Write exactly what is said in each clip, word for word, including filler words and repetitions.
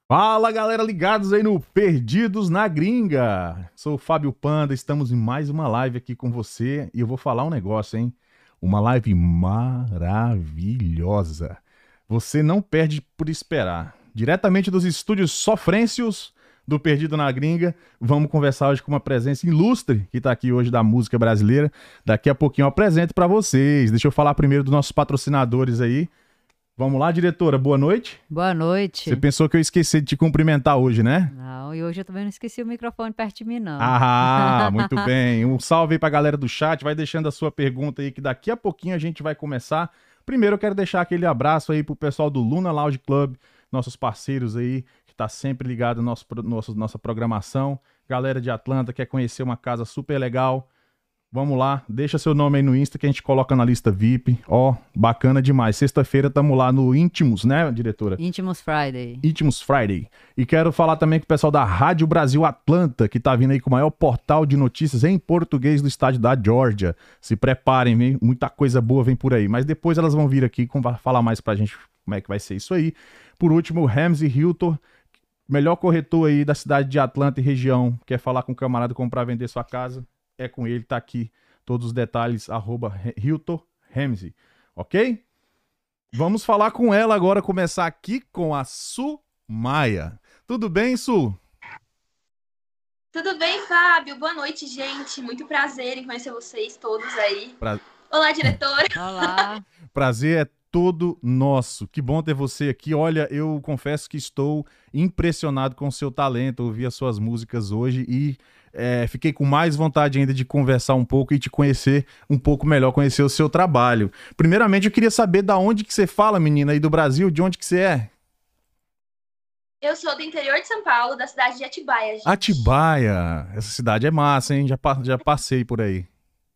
Fala, galera, ligados aí no Perdidos na Gringa. Sou o Fábio Panda, estamos em mais uma live aqui com você e eu vou falar um negócio, hein? Uma live maravilhosa. Você não perde por esperar. Diretamente dos estúdios sofrêncios do Perdido na Gringa, vamos conversar hoje com uma presença ilustre que está aqui hoje da música brasileira. Daqui a pouquinho eu apresento para vocês. Deixa eu falar primeiro dos nossos patrocinadores aí. Vamos lá, diretora, boa noite. Boa noite. Você pensou que eu esqueci de te cumprimentar hoje, né? Não, e hoje eu também não esqueci o microfone perto de mim, não. Ah, muito bem. Um salve aí pra galera do chat. Vai deixando a sua pergunta aí, que daqui a pouquinho a gente vai começar. Primeiro eu quero deixar aquele abraço aí pro pessoal do Luna Lounge Club, nossos parceiros aí, que tá sempre ligado na nosso, nosso, nossa programação. Galera de Atlanta, quer conhecer uma casa super legal? Vamos lá, deixa seu nome aí no Insta que a gente coloca na lista V I P. Ó, bacana demais. Sexta-feira tamo lá no Íntimos, né, diretora? Íntimos Friday. Íntimos Friday. E quero falar também com o pessoal da Rádio Brasil Atlanta, que tá vindo aí com o maior portal de notícias em português do estado da Georgia. Se preparem, vem, muita coisa boa vem por aí. Mas depois elas vão vir aqui falar mais pra gente como é que vai ser isso aí. Por último, o Ramsey Hilton, melhor corretor aí da cidade de Atlanta e região. Quer falar com o camarada comprar, vender sua casa? É com ele, tá aqui todos os detalhes, arroba Hilton Ramsey, ok? Vamos falar com ela agora, começar aqui com a Su Maia. Tudo bem, Su? Tudo bem, Fábio? Boa noite, gente. Muito prazer em conhecer vocês todos aí. Pra... Olá, diretora. Olá. Prazer é todo nosso. Que bom ter você aqui. Olha, eu confesso que estou impressionado com o seu talento. Ouvi as suas músicas hoje e é, fiquei com mais vontade ainda de conversar um pouco e te conhecer um pouco melhor, conhecer o seu trabalho. Primeiramente, eu queria saber da onde que você fala, menina, aí do Brasil, de onde que você é? Eu sou do interior de São Paulo, da cidade de Atibaia, gente. Atibaia! Essa cidade é massa, hein? Já, já passei por aí.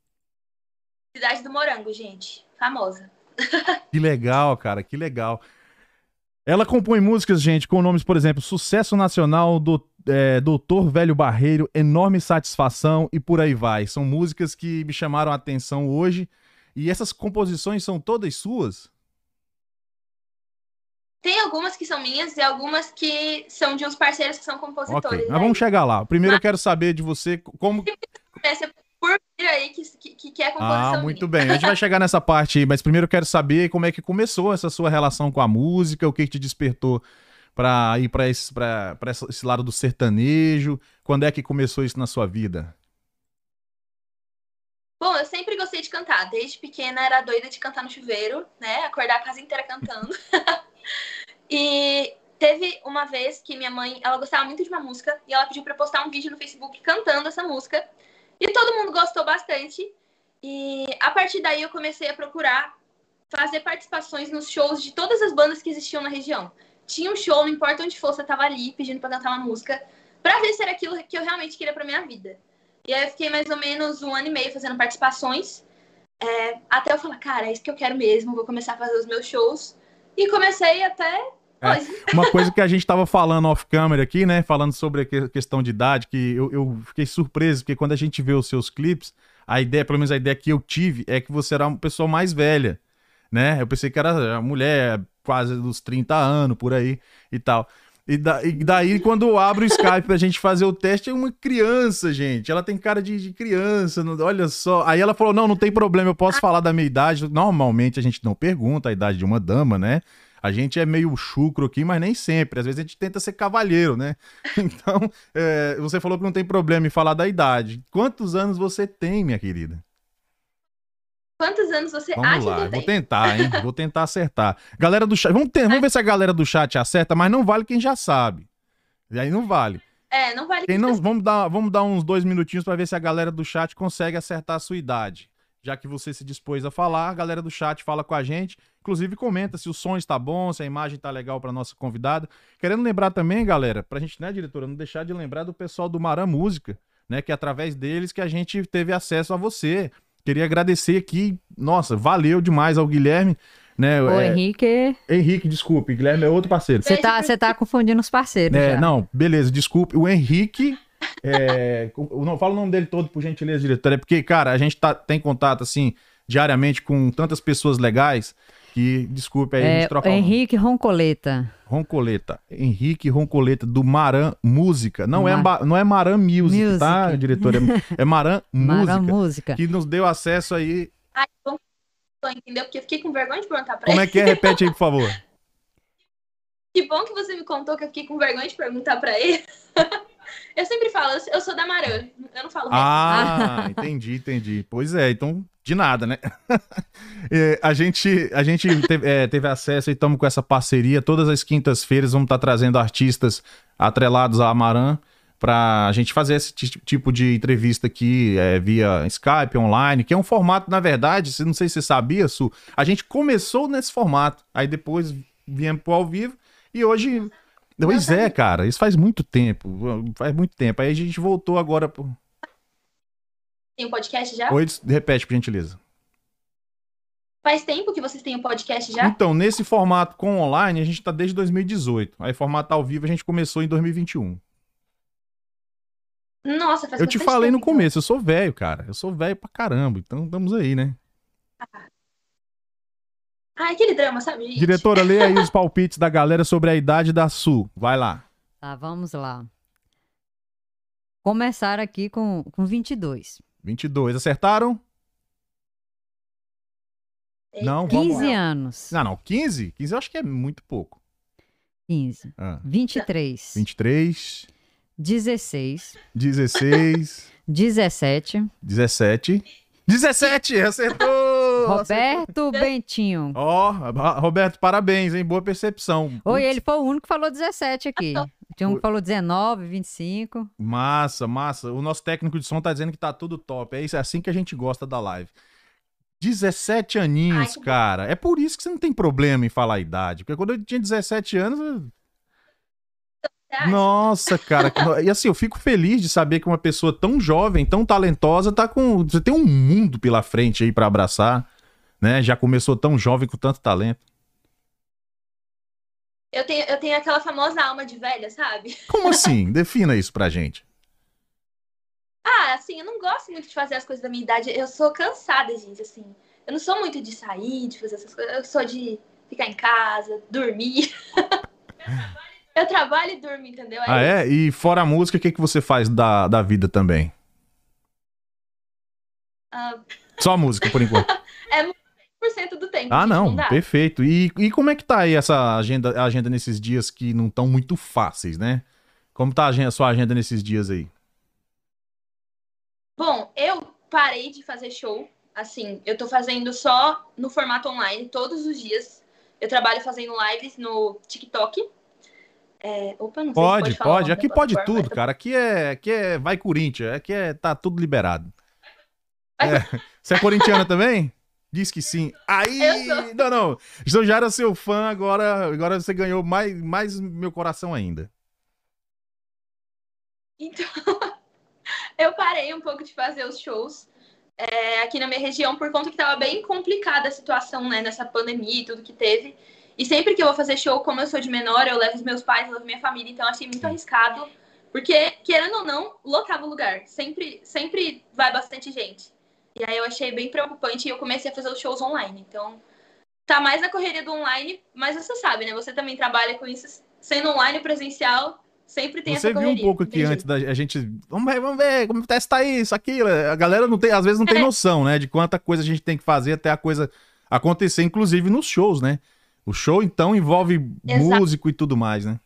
Cidade do Morango, gente. Famosa. Que legal, cara, que legal. Ela compõe músicas, gente, com nomes, por exemplo, Sucesso Nacional, do, é, Doutor Velho Barreiro, Enorme Satisfação e por aí vai. São músicas que me chamaram a atenção hoje. E essas composições são todas suas? Tem algumas que são minhas e algumas que são de uns parceiros que são compositores. Ok, mas vamos chegar lá. Primeiro mas... eu quero saber de você como... por aí que, que, que é composição Ah, muito minha. bem. A gente vai chegar nessa parte aí, mas primeiro eu quero saber como é que começou essa sua relação com a música, o que, que te despertou para ir para esse, pra, pra esse lado do sertanejo, quando é que começou isso na sua vida? Bom, eu sempre gostei de cantar. Desde pequena era doida de cantar no chuveiro, né? Acordar a casa inteira cantando. E teve uma vez que minha mãe, ela gostava muito de uma música e ela pediu para postar um vídeo no Facebook cantando essa música. E todo mundo gostou bastante. E a partir daí eu comecei a procurar fazer participações nos shows de todas as bandas que existiam na região. Tinha um show, não importa onde fosse, eu tava ali pedindo para cantar uma música, para ver se era aquilo que eu realmente queria para minha vida. E aí eu fiquei mais ou menos um ano e meio fazendo participações, é, até eu falar, cara, é isso que eu quero mesmo, vou começar a fazer os meus shows. E comecei até hoje. É, uma coisa que a gente tava falando off-camera aqui, né, falando sobre a questão de idade, que eu, eu fiquei surpreso, porque quando a gente vê os seus clipes, a ideia, pelo menos a ideia que eu tive, é que você era uma pessoa mais velha, né? Eu pensei que era uma mulher quase dos trinta anos, por aí, e tal. E, da, e daí, quando eu abro o Skype pra gente fazer o teste, é uma criança, gente. Ela tem cara de, de criança, não, olha só. Aí ela falou, não, não tem problema, eu posso falar da minha idade. Normalmente a gente não pergunta a idade de uma dama, né? A gente é meio chucro aqui, mas nem sempre. Às vezes a gente tenta ser cavalheiro, né? Então, é, você falou que não tem problema em falar da idade. Quantos anos você tem, minha querida? Quantos anos você vamos acha lá, que eu vou tenho? tentar, hein? Vou tentar acertar. Galera do chat, vamos, ter, vamos ver se a galera do chat acerta, mas não vale quem já sabe. E aí não vale. É, não vale quem não, vamos, dar, vamos dar uns dois minutinhos para ver se a galera do chat consegue acertar a sua idade. Já que você se dispôs a falar, a galera do chat fala com a gente. Inclusive comenta se o som está bom, se a imagem está legal para nossa convidada. Querendo lembrar também, galera, pra gente, né, diretora, não deixar de lembrar do pessoal do Maram Música, né, que é através deles que a gente teve acesso a você. Queria agradecer aqui, nossa, valeu demais ao Guilherme, né? O é... Henrique... Henrique, desculpe, Guilherme é outro parceiro. Você tá, você tá confundindo os parceiros é, já. Não, beleza, desculpe. O Henrique, é... não fala o nome dele todo, por gentileza, diretor, é porque, cara, a gente tá, tem contato, assim, diariamente com tantas pessoas legais que, desculpe aí, é, a gente troca o Henrique Roncoleta. Roncoleta. Henrique Roncoleta, do Maran Música. Não, Mar... é, ba- não é Maran Music, Music. tá, diretora? É, é Maran Música. Maran Música. Que nos deu acesso aí. Ai, bom, entendeu? Porque eu fiquei com vergonha de perguntar pra Como ele. é que é? Repete aí, por favor. Que bom que você me contou que eu fiquei com vergonha de perguntar pra ele. Eu sempre falo, eu- eu sou da Maran, eu não falo resto. Ah, entendi, entendi. Pois é, então, de nada, né? É, a gente, a gente teve, é, teve acesso e estamos com essa parceria. Todas as quintas-feiras vamos estar trazendo artistas atrelados à Maran para a gente fazer esse ti- tipo de entrevista aqui é, via Skype, online, que é um formato, na verdade, não sei se você sabia, Su, a gente começou nesse formato, aí depois viemos pro ao vivo e hoje... Pois é, cara, isso faz muito tempo, faz muito tempo. Aí a gente voltou agora... Pro... Tem um podcast já? Oi, repete, por gentileza. Faz tempo que vocês têm um podcast já? Então, nesse formato com online, a gente tá desde dois mil e dezoito. Aí, formato ao vivo, a gente começou em dois mil e vinte e um. Nossa, faz Eu te bastante falei no tempo, então. começo, eu sou velho, cara. Eu sou velho pra caramba. Então, estamos aí, né? Ah, aquele drama, sabe, gente? Diretora, lê aí os palpites da galera sobre a idade da Su. Vai lá. Tá, vamos lá. Começar aqui com, com vinte e dois. vinte e dois. Acertaram? Eita. Não, vamos quinze lá. anos. Não, não. quinze? quinze eu acho que é muito pouco. quinze. Ah, vinte e três. vinte e três, dezesseis. dezesseis, dezessete. dezessete. dezessete! Acertou! Roberto Bentinho. Ó, Roberto, parabéns, hein? Boa percepção. Oi, Putz, ele foi o único que falou dezessete aqui. Tinha um que falou dezenove, vinte e cinco. Massa, massa. O nosso técnico de som tá dizendo que tá tudo top. É isso, é assim que a gente gosta da live. dezessete aninhos, Ai, que bom. cara. É por isso que você não tem problema em falar a idade. Porque quando eu tinha dezessete anos. eu- Você acha? Nossa, cara. que no- E assim, eu fico feliz de saber que uma pessoa tão jovem, tão talentosa, tá com. Você tem um mundo pela frente aí pra abraçar, né? Já começou tão jovem com tanto talento. Eu tenho, eu tenho aquela famosa alma de velha, sabe? Como assim? Defina isso pra gente. Ah, assim, eu não gosto muito de fazer as coisas da minha idade. Eu sou cansada, gente, assim. Eu não sou muito de sair, de fazer essas coisas. Eu sou de ficar em casa, dormir. Eu trabalho e durmo, entendeu? Ah, é? E fora a música, o que, que você faz da, da vida também? Ah, Só a música, por enquanto. é cem por cento do tempo. Ah, gente, não, dá. perfeito. E, e como é que tá aí essa agenda, agenda nesses dias que não estão muito fáceis, né? Como tá a agen- a sua agenda nesses dias aí? Bom, eu parei de fazer show. Assim, eu tô fazendo só no formato online, todos os dias. Eu trabalho fazendo lives no TikTok. É, opa, não sei se Pode, pode falar o pode. nome Aqui da pode plataforma, tudo, mas- cara. Aqui é, aqui é vai Corinthians, aqui é tá tudo liberado. Vai- É. Você é corintiana também? Diz que sim. Aí, Eu sou. não, não. Eu já era seu fã, agora, agora você ganhou mais, mais meu coração ainda. Então, eu parei um pouco de fazer os shows é, aqui na minha região por conta que tava bem complicada a situação, né, nessa pandemia e tudo que teve. E sempre que eu vou fazer show, como eu sou de menor, eu levo os meus pais, eu levo minha família, então eu achei muito arriscado. Porque, querendo ou não, lotava o lugar. Sempre, sempre vai bastante gente. E aí eu achei bem preocupante e eu comecei a fazer os shows online. Então, tá mais na correria do online, mas você sabe, né? Você também trabalha com isso, sendo online presencial, sempre tem Você essa viu correria. um pouco não aqui tem antes jeito. da a gente. Vamos ver, vamos ver como testar isso, aquilo. A galera não tem, às vezes não tem É. noção, né? De quanta coisa a gente tem que fazer até a coisa acontecer, inclusive nos shows, né? O show, então, envolve Exato. músico e tudo mais, né?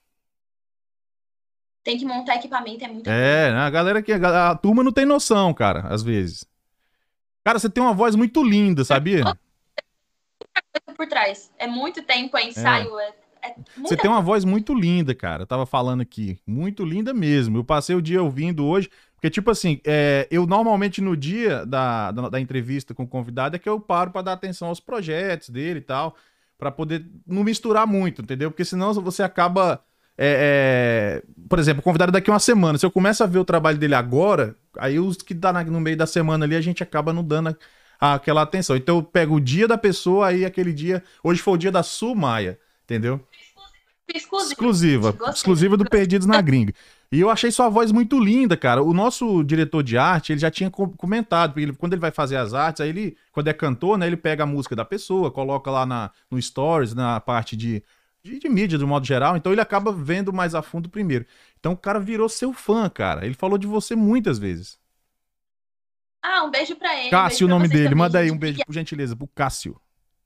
Tem que montar equipamento, é muito É, né? A galera que. A, a turma não tem noção, cara, às vezes. Cara, você tem uma voz muito linda, sabia? coisa por trás. É muito tempo, é ensaio, é, é Você muita tem uma voz muito linda, cara. Eu tava falando aqui. Muito linda mesmo. Eu passei o dia ouvindo hoje. Porque, tipo assim, é, eu normalmente no dia da, da, da entrevista com o convidado é que eu paro pra dar atenção aos projetos dele e tal. Pra poder não misturar muito, entendeu? Porque senão você acaba. é, é, por exemplo, o convidado daqui a uma semana. Se eu começo a ver o trabalho dele agora, aí os que tá na- no meio da semana ali, a gente acaba não dando a- aquela atenção. Então eu pego o dia da pessoa, aí aquele dia. Hoje foi o dia da Su Maia, entendeu? exclusiva. Exclusiva. Gostei. Exclusiva do Perdidos na Gringa. E eu achei sua voz muito linda, cara. O nosso diretor de arte, ele já tinha co- comentado, porque ele- quando ele vai fazer as artes, aí ele, quando é cantor, né, ele pega a música da pessoa, coloca lá na, no Stories, na parte de de, de mídia, de modo geral, então ele acaba vendo mais a fundo primeiro. Então o cara virou seu fã, cara. Ele falou de você muitas vezes. Ah, um beijo pra ele. Cássio, um o nome beijo pra vocês dele. também, Manda aí gente. um beijo, por gentileza, pro Cássio.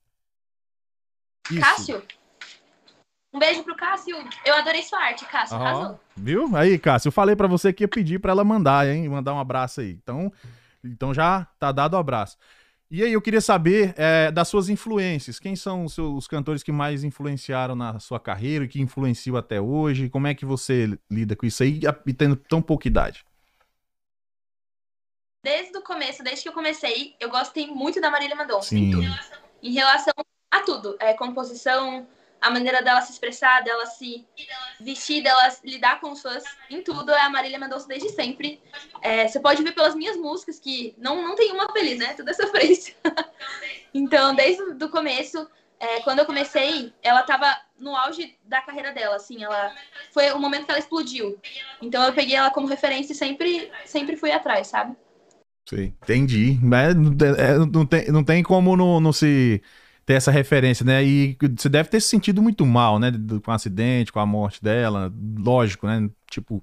Isso. Cássio? Um beijo pro Cássio. Eu adorei sua arte, Cássio. Ó, Arrasou. viu? Aí, Cássio, eu falei pra você que ia pedir pra ela mandar, hein? Mandar um abraço aí. Então, então já tá dado o abraço. E aí, eu queria saber é, das suas influências. Quem são os, seus, os cantores que mais influenciaram na sua carreira e que influenciam até hoje? Como é que você lida com isso aí e tendo tão pouca idade? Desde o começo, desde que eu comecei, eu gostei muito da Marília Mendonça. Sim. Em tudo. Em relação a tudo. É, composição, a maneira dela se expressar, dela se vestir, dela lidar com os fãs. Em tudo é a Marília Mendonça desde sempre. É, você pode ver pelas minhas músicas que não, não tem uma feliz, né? Tudo é sofrência. Então, desde o começo, é, quando eu comecei, ela tava no auge da carreira dela, assim, ela foi o momento que ela explodiu. Então eu peguei ela como referência e sempre, sempre fui atrás, sabe? Sim, entendi. Mas é, não, tem, não tem como não, não se ter essa referência, né? E você deve ter se sentido muito mal, né? Com o acidente, com a morte dela. Lógico, né? Tipo.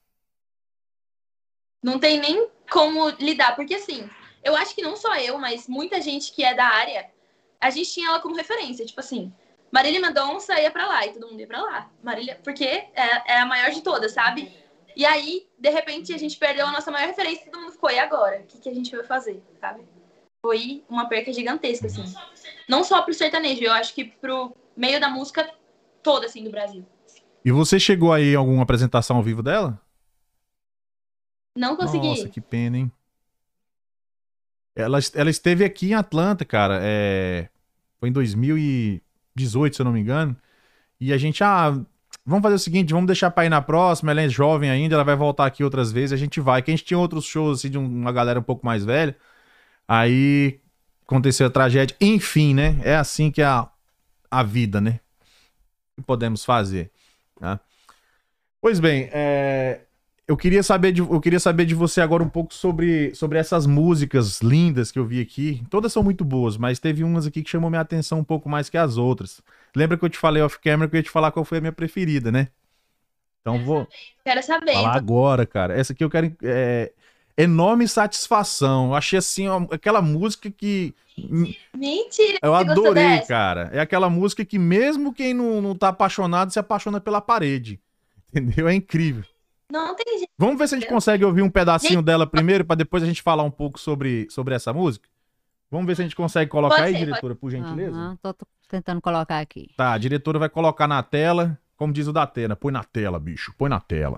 Não tem nem como lidar, porque assim, eu acho que não só eu, mas muita gente que é da área, a gente tinha ela como referência. Tipo assim, Marília Mendonça ia pra lá e todo mundo ia pra lá. Marília, porque é, é a maior de todas, sabe? E aí, de repente, a gente perdeu a nossa maior referência e todo mundo ficou, e agora? O que, que a gente vai fazer, sabe? Foi uma perca gigantesca, assim. Não só pro sertanejo, eu acho que pro meio da música toda, assim, do Brasil. E você chegou aí em alguma apresentação ao vivo dela? Não consegui. Nossa, que pena, hein? Ela, ela esteve aqui em Atlanta, cara. É... Foi em dois mil e dezoito, se eu não me engano. E a gente, ah... Vamos fazer o seguinte, vamos deixar pra ir na próxima, ela é jovem ainda, ela vai voltar aqui outras vezes, a gente vai. Que a gente tinha outros shows, assim, de uma galera um pouco mais velha. Aí aconteceu a tragédia. Enfim, né? É assim que é a, a vida, né? O que podemos fazer, tá? Pois bem, é... eu, queria saber de, eu queria saber de você agora um pouco sobre, sobre essas músicas lindas que eu vi aqui. Todas são muito boas, mas teve umas aqui que chamou minha atenção um pouco mais que as outras. Lembra que eu te falei off-camera que eu ia te falar qual foi a minha preferida, né? Então vou Quero saber. falar Então... agora, cara. Essa aqui eu quero... É... Enorme Satisfação. Eu achei, assim, ó, aquela música que... Mentira! Eu você gostou adorei, dessa? cara. É aquela música que mesmo quem não, não tá apaixonado se apaixona pela parede. Entendeu? É incrível. Não tem jeito. Vamos ver se a gente consegue ouvir um pedacinho dela primeiro, pra depois a gente falar um pouco sobre, sobre essa música? Vamos ver se a gente consegue colocar Pode aí, ser, diretora, por gentileza? Aham, tô, tô tentando colocar aqui. Tá, a diretora vai colocar na tela, como diz o Datena, põe na tela, bicho, põe na tela.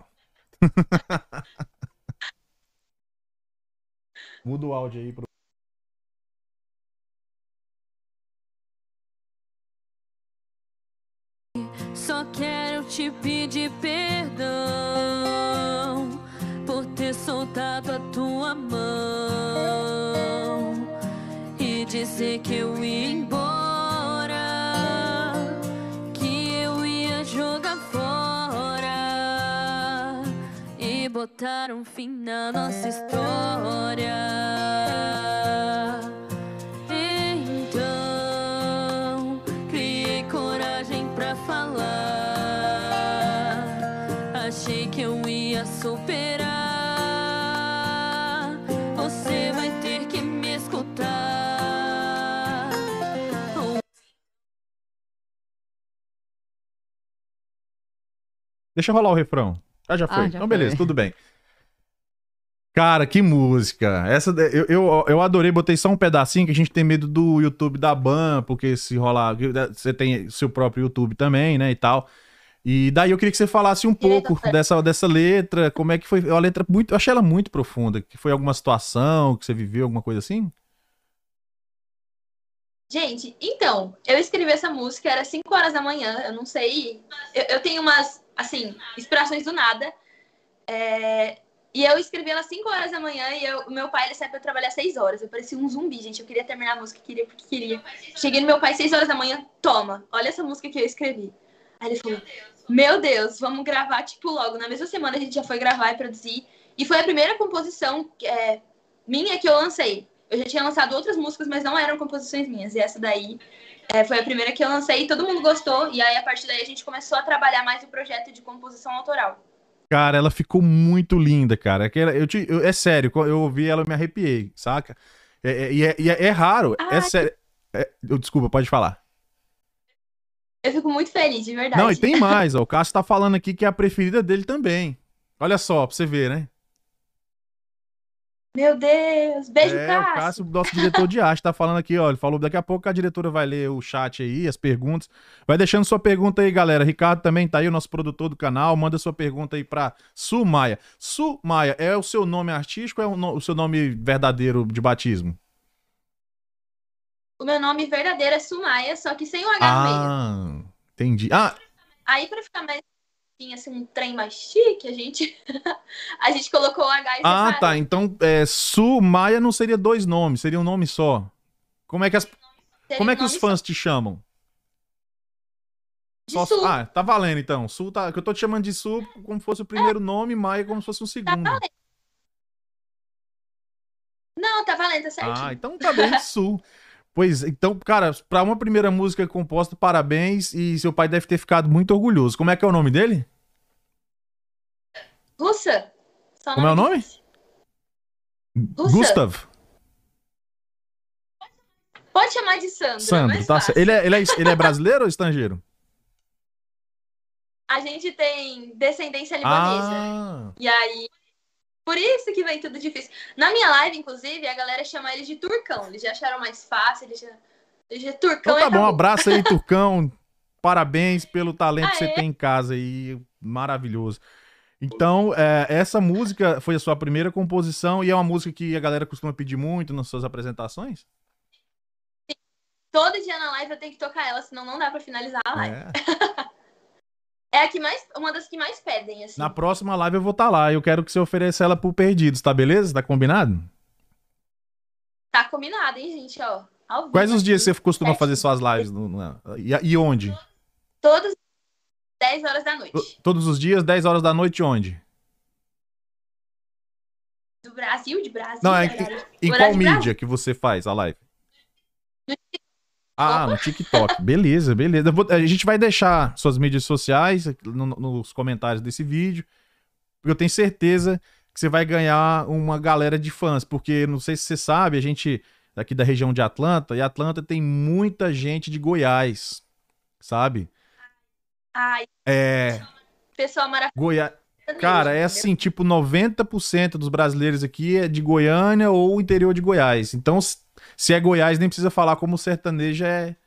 Muda o áudio aí pro... Só quero te pedir perdão por ter soltado a tua mão e dizer que eu ia embora, que eu ia jogar fora e botar um fim na nossa história. Então, criei coragem pra falar. Achei que eu ia superar. Você vai ter que me escutar. Oh. Deixa rolar o refrão. Ah, já foi. Ah, já então, beleza, foi. tudo bem. Cara, que música. Essa eu, eu, eu adorei, botei só um pedacinho, que a gente tem medo do YouTube da Ban, porque se rolar. Você tem seu próprio YouTube também, né? E tal. E daí eu queria que você falasse um pouco dessa, dessa letra, como é que foi. A letra muito. Eu achei ela muito profunda. Que foi alguma situação que você viveu, alguma coisa assim? Gente, então, eu escrevi essa música, era cinco horas da manhã, eu não sei. Eu, eu tenho umas, assim, inspirações do nada. É, e eu escrevi ela às cinco horas da manhã e eu, o meu pai, ele saiu pra trabalhar seis horas. Eu parecia um zumbi, gente. Eu queria terminar a música, queria porque queria. Cheguei no meu pai seis horas da manhã, toma, olha essa música que eu escrevi. Aí ele falou, meu Deus, vamos gravar, tipo, logo. Na mesma semana a gente já foi gravar e produzir. E foi a primeira composição é, minha que eu lancei. Eu já tinha lançado outras músicas, mas não eram composições minhas. E essa daí É, foi a primeira que eu lancei e todo mundo gostou. E aí, a partir daí, a gente começou a trabalhar mais o projeto de composição autoral. Cara, ela ficou muito linda, cara. Aquela- Eu te- eu- é sério, quando eu ouvi ela, eu me arrepiei, saca? É, é- E é, e é- é raro, é Ah, sério. é- eu- desculpa, pode falar. Eu fico muito feliz, de verdade. Não, e tem mais, ó. O Cássio tá falando aqui que é a preferida dele também. Olha só, pra você ver, né? Meu Deus, beijo, É, o Cássio. Cássio, nosso diretor de arte, tá falando aqui, ó. Ele falou, daqui a pouco a diretora vai ler o chat aí, as perguntas. Vai deixando sua pergunta aí, galera. Ricardo também tá aí, o nosso produtor do canal. Manda sua pergunta aí pra Su Maia. Su Maia, é o seu nome artístico ou é o, no- o seu nome verdadeiro de batismo? O meu nome verdadeiro é Sumaia, só que sem o H no meio. Ah, entendi. Ah, Aí, pra ficar mais assim, um trem mais chique, a gente, a gente colocou o H e ah separou. tá. Então, é, Su Maia não seria dois nomes, seria um nome só. Como é que, as, Seria como é um que os nome fãs te chamam? de Só- Su. Ah, tá valendo então. Su tá, que eu tô te chamando de Su como se fosse o primeiro nome, Maia como se fosse um segundo. Não, tá valendo, tá certinho. Ah, então tá bem, Su. Pois, então, cara, pra uma primeira música composta, parabéns, e seu pai deve ter ficado muito orgulhoso. Como é que é o nome dele? Russa. Só Como é o nome? difícil. Russa. Gustav. Pode chamar de Sandro. é Sandro, mais tá fácil. certo. Ele é, ele, é, ele é brasileiro ou estrangeiro? A gente tem descendência libanesa. Ah, E aí, por isso que vem tudo difícil. Na minha live, inclusive, a galera chama ele de Turcão. Eles já acharam mais fácil, eles já... Eles já Turcão então tá e bom, um acabou. abraço aí, Turcão. Parabéns pelo talento que você Aê. tem em casa aí, maravilhoso. Então, é, essa música foi a sua primeira composição e é uma música que a galera costuma pedir muito nas suas apresentações? Todo dia na live eu tenho que tocar ela, senão não dá pra finalizar a live. É. É a que mais, uma das que mais pedem, assim. Na próxima live eu vou estar lá. Eu quero que você ofereça ela pro Perdidos, tá beleza? Tá combinado? Tá combinado, hein, gente, ó. Ao vivo Quais os dias aqui. você costuma Certinho. fazer suas lives? No- na- e, e onde? Todos dez horas da noite. To- Todos os dias, dez horas da noite, onde? Do Brasil, de Brasil. Não, é, verdade. em Horário qual de Brasil. mídia que você faz a live? No Ah, no TikTok. Beleza, beleza. Eu vou- a gente vai deixar suas mídias sociais aqui no- nos comentários desse vídeo. Porque eu tenho certeza que você vai ganhar uma galera de fãs. Porque, não sei se você sabe, a gente daqui da região de Atlanta, e Atlanta tem muita gente de Goiás, sabe? Ai, É, pessoal maravilhoso. Goiás. mesmo, Cara, é entendeu? assim, tipo, noventa por cento dos brasileiros aqui é de Goiânia ou interior de Goiás. Então, s- se é Goiás, nem precisa falar como sertanejo é...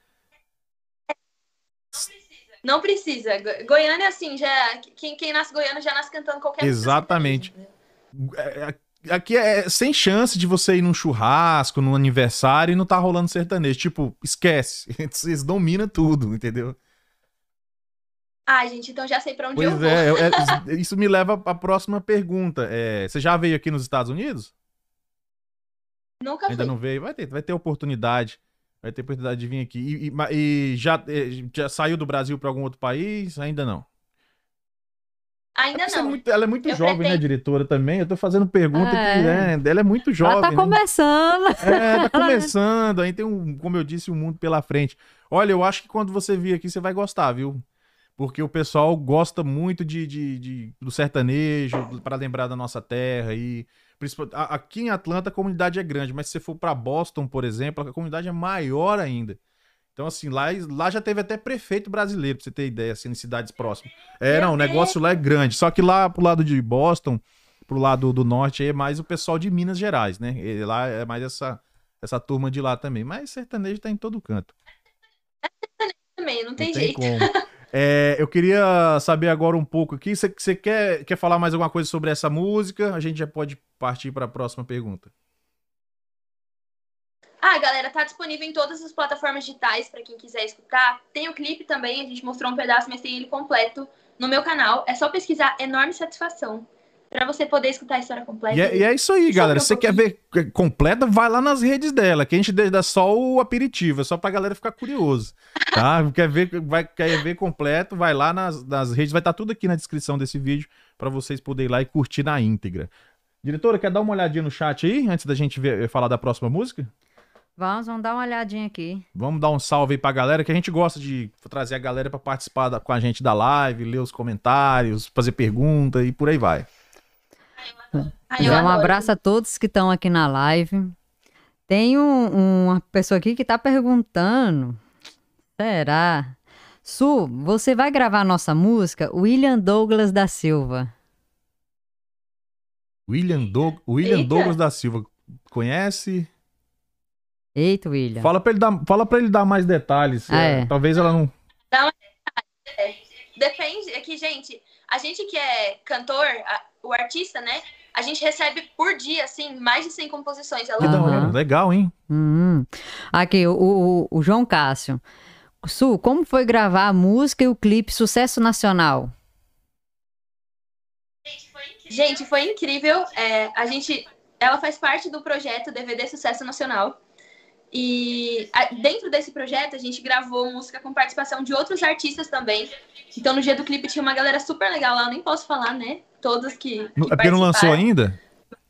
Não precisa. Go- Goiânia, assim, já. Quem, quem nasce goiano já nasce cantando qualquer música Exatamente. sertaneja, né? É, aqui é sem chance de você ir num churrasco, num aniversário e não tá rolando sertanejo. Tipo, esquece. Vocês dominam tudo, entendeu? Ai, gente, então já sei pra onde eu Pois vou. é, eu- é, isso me leva à próxima pergunta. É, você já veio aqui nos Estados Unidos? Nunca Ainda fui. não veio? Vai ter, vai ter oportunidade. Vai ter oportunidade de vir aqui. E, e- ma- e já, eh, já saiu do Brasil para algum outro país? Ainda não. Ainda Você é não. muito- ela é muito Eu jovem, né, pretendo. diretora, também? Eu tô fazendo pergunta É. que, né, ela é muito jovem, Ela tá né? começando. É, tá começando, aí tem um, como eu disse, um mundo pela frente. Olha, eu acho que quando você vir aqui, você vai gostar, viu? Porque o pessoal gosta muito de, de- de- do sertanejo, para lembrar da nossa terra. E, principal- a- aqui em Atlanta a comunidade é grande, mas se você for para Boston, por exemplo, a comunidade é maior ainda. Então, assim, lá, lá já teve até prefeito brasileiro, pra você ter ideia, assim, em cidades próximas. É, Meu não, o negócio lá é grande. Só que lá pro lado de Boston, pro lado do norte, aí é mais o pessoal de Minas Gerais, né? E lá é mais essa, essa turma de lá também. Mas sertanejo tá em todo canto. Também, não tem, Não tem jeito. como. É, eu queria saber agora um pouco aqui. Você, você quer, quer falar mais alguma coisa sobre essa música? A gente já pode partir para a próxima pergunta. Ah, galera, tá disponível em todas as plataformas digitais pra quem quiser escutar. Tem o clipe também, a gente mostrou um pedaço, mas tem ele completo no meu canal. É só pesquisar Enorme Satisfação pra você poder escutar a história completa. E é, e é isso aí, Sobre galera. um Se você quer ver completa, vai lá nas redes dela, que a gente dá só o aperitivo, é só pra galera ficar curioso, tá? Quer ver, vai, quer ver completo, vai lá nas, nas redes, vai estar tudo aqui na descrição desse vídeo pra vocês poderem ir lá e curtir na íntegra. Diretora, quer dar uma olhadinha no chat aí, antes da gente ver, falar da próxima música? Vamos, vamos dar uma olhadinha aqui. Vamos dar um salve aí pra galera, que a gente gosta de trazer a galera pra participar da- com a gente da live, ler os comentários, fazer pergunta e por aí vai. Ai, eu Já um adoro. abraço a todos que estão aqui na live. Tem um- uma pessoa aqui que tá perguntando, será? Su, você vai gravar a nossa música? William Douglas da Silva. William, Doug- William Eita. Douglas da Silva, conhece? Eita, William. Fala pra ele dar, fala pra ele dar mais detalhes. Ah, é, é. Talvez ela não... Depende, é que, gente, a gente que é cantor, a- o artista, né? A gente recebe por dia, assim, mais de cem composições. Ela Que da Aham. hora, legal, hein? Hum. Aqui, o, o- o João Cássio. Su, como foi gravar a música e o clipe Sucesso Nacional? Gente, foi incrível. É, a gente, ela faz parte do projeto D V D Sucesso Nacional. E a- dentro desse projeto a gente gravou música com participação de outros artistas também. Então no dia do clipe tinha uma galera super legal lá. Eu nem posso falar, né? Todos que, que É porque não lançou participaram. ainda?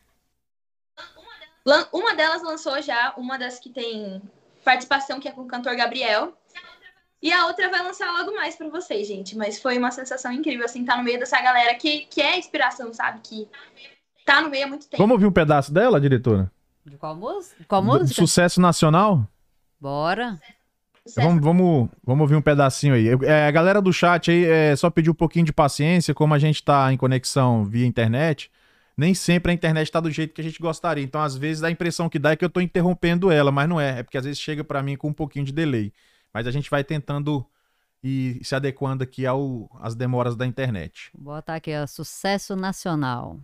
Lan- Uma delas lançou já, uma das que tem participação, que é com o cantor Gabriel. E a outra vai lançar logo mais pra vocês, gente. Mas foi uma sensação incrível, assim, estar no meio dessa galera que, que é inspiração, sabe? Que tá no meio há muito tempo. Vamos ouvir um pedaço dela, diretora? De qual, música? qual Do- música? Sucesso Nacional? Bora. Sucesso. Vamos, vamos, vamos ouvir um pedacinho aí. Eu- é, a galera do chat aí, é, só pedir um pouquinho de paciência, como a gente tá em conexão via internet, nem sempre a internet tá do jeito que a gente gostaria. Então, às vezes, a impressão que dá é que eu tô interrompendo ela, mas não é. É porque às vezes chega pra mim com um pouquinho de delay. Mas a gente vai tentando ir se adequando aqui ao, às demoras da internet. Vou botar aqui, ó. Sucesso Nacional.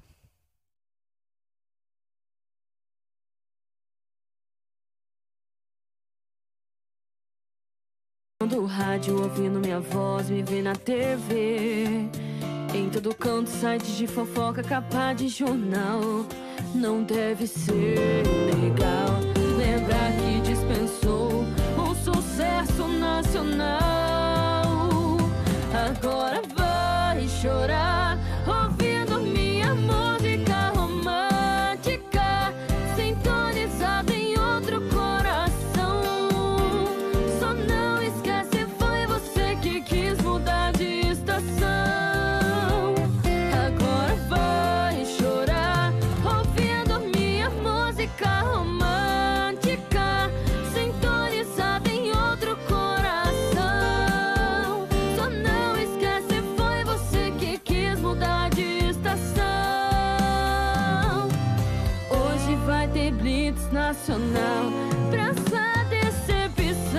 Do rádio ouvindo minha voz, me vê na T V. Em todo canto, site de fofoca, capa de jornal. Não deve ser legal lembrar que dispensou um sucesso nacional. Agora vai chorar ouvindo minha música romântica, sintonizada em outro coração. Só não esquece, foi você que quis mudar de estação. Agora vai chorar ouvindo minha música romântica, sintonizada em outro coração. Só não esquece, foi você que quis mudar de estação. Hoje vai ter blitz nacional pra essa decepção.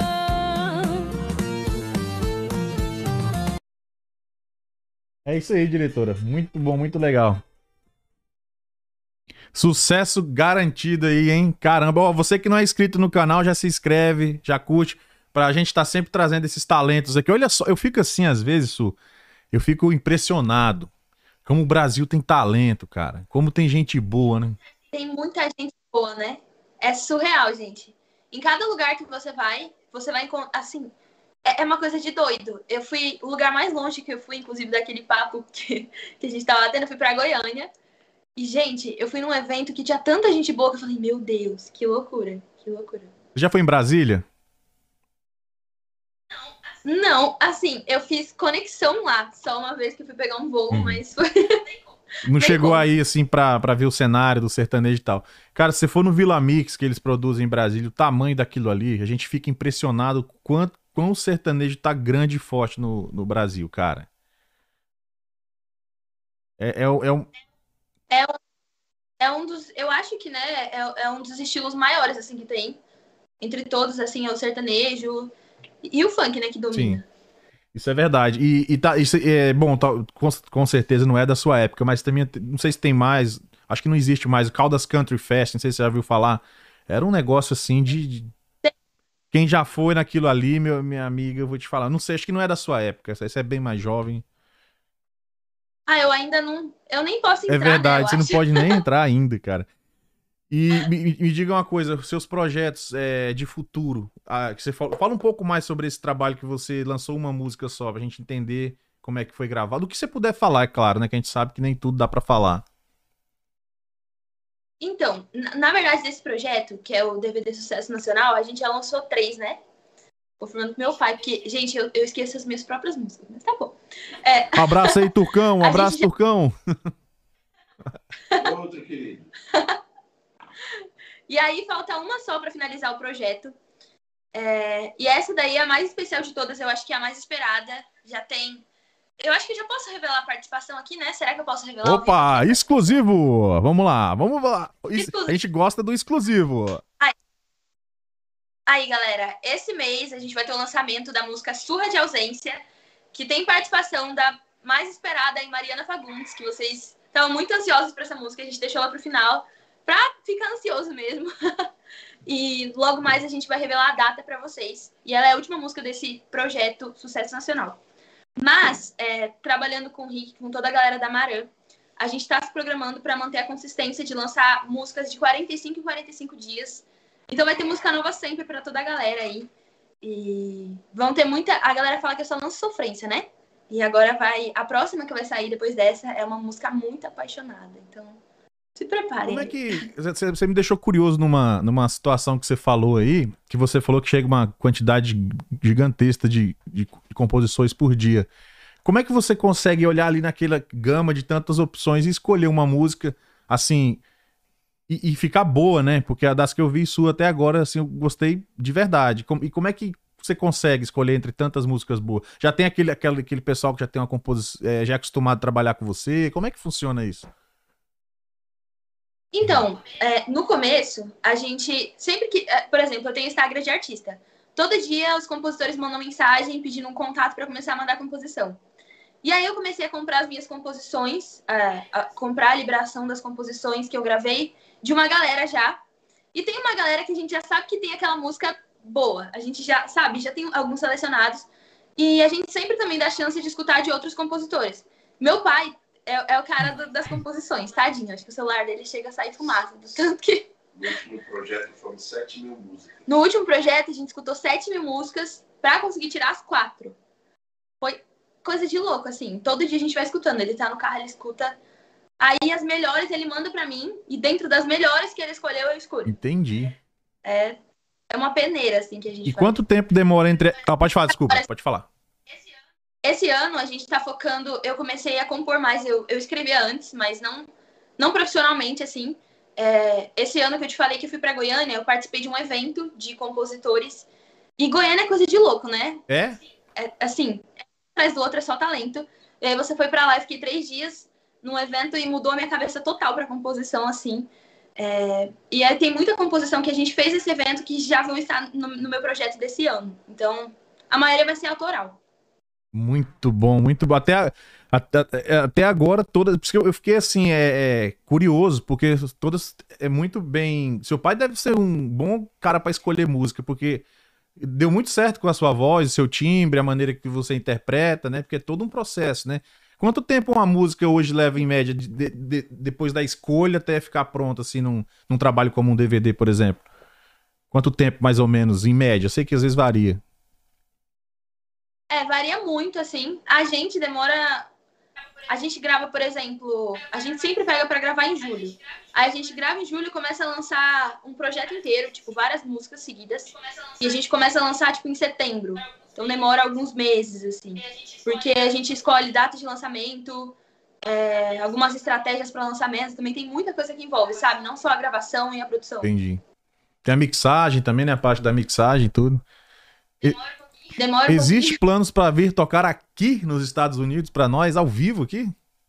É isso aí, diretora. Muito bom, muito legal. Sucesso garantido aí, hein? Caramba, ó, você que não é inscrito no canal, já se inscreve, já curte, pra gente estar sempre trazendo esses talentos aqui. Olha só, eu fico assim às vezes, Su, eu fico impressionado como o Brasil tem talento, cara. Como tem gente boa, né? Tem muita gente boa, né? É surreal, gente. Em cada lugar que você vai, você vai encontrar, assim, é é uma coisa de doido. Eu fui, o lugar mais longe que eu fui, inclusive, daquele papo que, que a gente tava tendo, eu fui pra Goiânia. E, gente, eu fui num evento que tinha tanta gente boa que eu falei, meu Deus, que loucura, que loucura. Você já foi em Brasília? Não, assim, eu fiz conexão lá, só uma vez que eu fui pegar um voo, Uhum. mas foi... Não Tem chegou como. aí, assim, pra, pra ver o cenário do sertanejo e tal. Cara, se você for no Vila Mix, que eles produzem em Brasília, o tamanho daquilo ali, a gente fica impressionado quanto, quão o sertanejo tá grande e forte no, no Brasil, cara. É, é, o- é um... É um dos, eu acho que, né, é, é um dos estilos maiores, assim, que tem. Entre todos, assim, é o sertanejo e, e o funk, né, que domina. Sim. Isso é verdade. E, e tá, isso é bom, tá, com, com certeza não é da sua época, mas também não sei se tem mais. Acho que não existe mais. O Caldas Country Fest, não sei se você já ouviu falar. Era um negócio assim de. de- Quem já foi naquilo ali, meu, minha amiga, eu vou te falar. Não sei, acho que não é da sua época. Você é bem mais jovem. Ah, eu ainda não... Eu nem posso É entrar, verdade, né, você eu não acho. pode nem entrar ainda, cara. E me, me diga uma coisa, seus projetos é, de futuro, ah, que você fala, fala um pouco mais sobre esse trabalho que você lançou uma música só, pra gente entender como é que foi gravado. O que você puder falar, é claro, né? Que a gente sabe que nem tudo dá pra falar. Então, na, na verdade, desse projeto, que é o D V D Sucesso Nacional, a gente já lançou três, né? Confirmando com meu pai, porque, gente, eu, eu esqueço as minhas próprias músicas, mas tá bom. É, Um abraço aí, Turcão. Um A abraço, gente já- Turcão. Outro querido. E aí falta uma só pra finalizar o projeto. É, e essa daí é a mais especial de todas, eu acho que é a mais esperada. Já tem. Eu acho que eu já posso revelar a participação aqui, né? Será que eu posso revelar? ao vivo Opa, aqui? exclusivo. Vamos lá, vamos lá. Isso- Exclusivo. A gente gosta do exclusivo. Aí, galera, esse mês a gente vai ter o lançamento da música Surra de Ausência, que tem participação da mais esperada em Mariana Fagundes, que vocês estavam muito ansiosos pra essa música, a gente deixou ela pro final, pra ficar ansioso mesmo. E logo mais a gente vai revelar a data pra vocês. E ela é a última música desse projeto Sucesso Nacional. Mas, é, trabalhando com o Rick, com toda a galera da Marã, a gente tá se programando pra manter a consistência de lançar músicas de quarenta e cinco em quarenta e cinco dias. Então vai ter música nova sempre pra toda a galera aí. E vão ter muita... A galera fala que eu só lanço sofrência, né? E agora vai... A próxima que vai sair depois dessa é uma música muito apaixonada. Então, se preparem. Como é aí. que. Você você me deixou curioso numa, numa situação que você falou aí, que você falou que chega uma quantidade gigantesca de, de, de composições por dia. Como é que você consegue olhar ali naquela gama de tantas opções e escolher uma música assim e, e ficar boa, né? Porque a das que eu vi sua até agora, assim, eu gostei de verdade. Com- E como é que você consegue escolher entre tantas músicas boas? Já tem aquele, aquele, aquele pessoal que já tem uma composição, é, já é acostumado a trabalhar com você? Como é que funciona isso? Então, é, no começo, a gente sempre que... é, por exemplo, eu tenho Instagram de artista. Todo dia os compositores mandam mensagem pedindo um contato para começar a mandar composição. E aí eu comecei a comprar as minhas composições, é, a comprar a liberação das composições que eu gravei de uma galera já. E tem uma galera que a gente já sabe que tem aquela música boa. A gente já sabe, já tem alguns selecionados. E a gente sempre também dá chance de escutar de outros compositores. Meu pai é, é o cara do- das composições, tadinho. Acho que o celular dele chega a sair fumaça. Do tanto que... No último projeto foram sete mil músicas. No último projeto, a gente escutou sete mil músicas pra conseguir tirar as quatro. Foi coisa de louco, assim. Todo dia a gente vai escutando. Ele tá no carro, ele escuta. Aí as melhores ele manda pra mim. E dentro das melhores que ele escolheu, eu escolho. Entendi. É, é uma peneira, assim, que a gente E faz. quanto tempo demora entre. Ah, pode falar, desculpa, pode falar. Esse ano a gente tá focando... Eu comecei a compor mais. Eu, eu escrevia antes, mas não, não profissionalmente, assim. É, esse ano que eu te falei que eu fui pra Goiânia, eu participei de um evento de compositores. E Goiânia é coisa de louco, né? É? É, assim, um atrás do outro é só talento. E aí você foi pra lá, eu fiquei três dias num evento e mudou a minha cabeça total pra composição, assim. É, e aí tem muita composição que a gente fez nesse evento que já vão estar no, no meu projeto desse ano. Então, a maioria vai ser autoral. Muito bom, muito bom. Até, a- até, até agora, todas. Por isso que eu eu fiquei assim, é, é, curioso, porque todas é muito bem. Seu pai deve ser um bom cara pra escolher música, porque deu muito certo com a sua voz, seu timbre, a maneira que você interpreta, né? Porque é todo um processo, né? Quanto tempo uma música hoje leva, em média, de- de- de- depois da escolha até ficar pronta, assim, num, num trabalho como um D V D, por exemplo? Quanto tempo, mais ou menos, em média? Eu sei que às vezes varia. É, varia muito, assim. A gente demora... A gente grava, por exemplo... A gente sempre pega pra gravar em julho. Aí a gente grava em julho e começa a lançar um projeto inteiro, tipo, várias músicas seguidas. E a gente começa a lançar, tipo, em setembro. Então demora alguns meses, assim. Porque a gente escolhe data de lançamento, é, algumas estratégias para lançamento. Também tem muita coisa que envolve, sabe? Não só a gravação e a produção. Entendi. Tem a mixagem também, né? A parte da mixagem e tudo. Demora um Existe planos pra vir tocar aqui nos Estados Unidos pra nós, ao vivo aqui?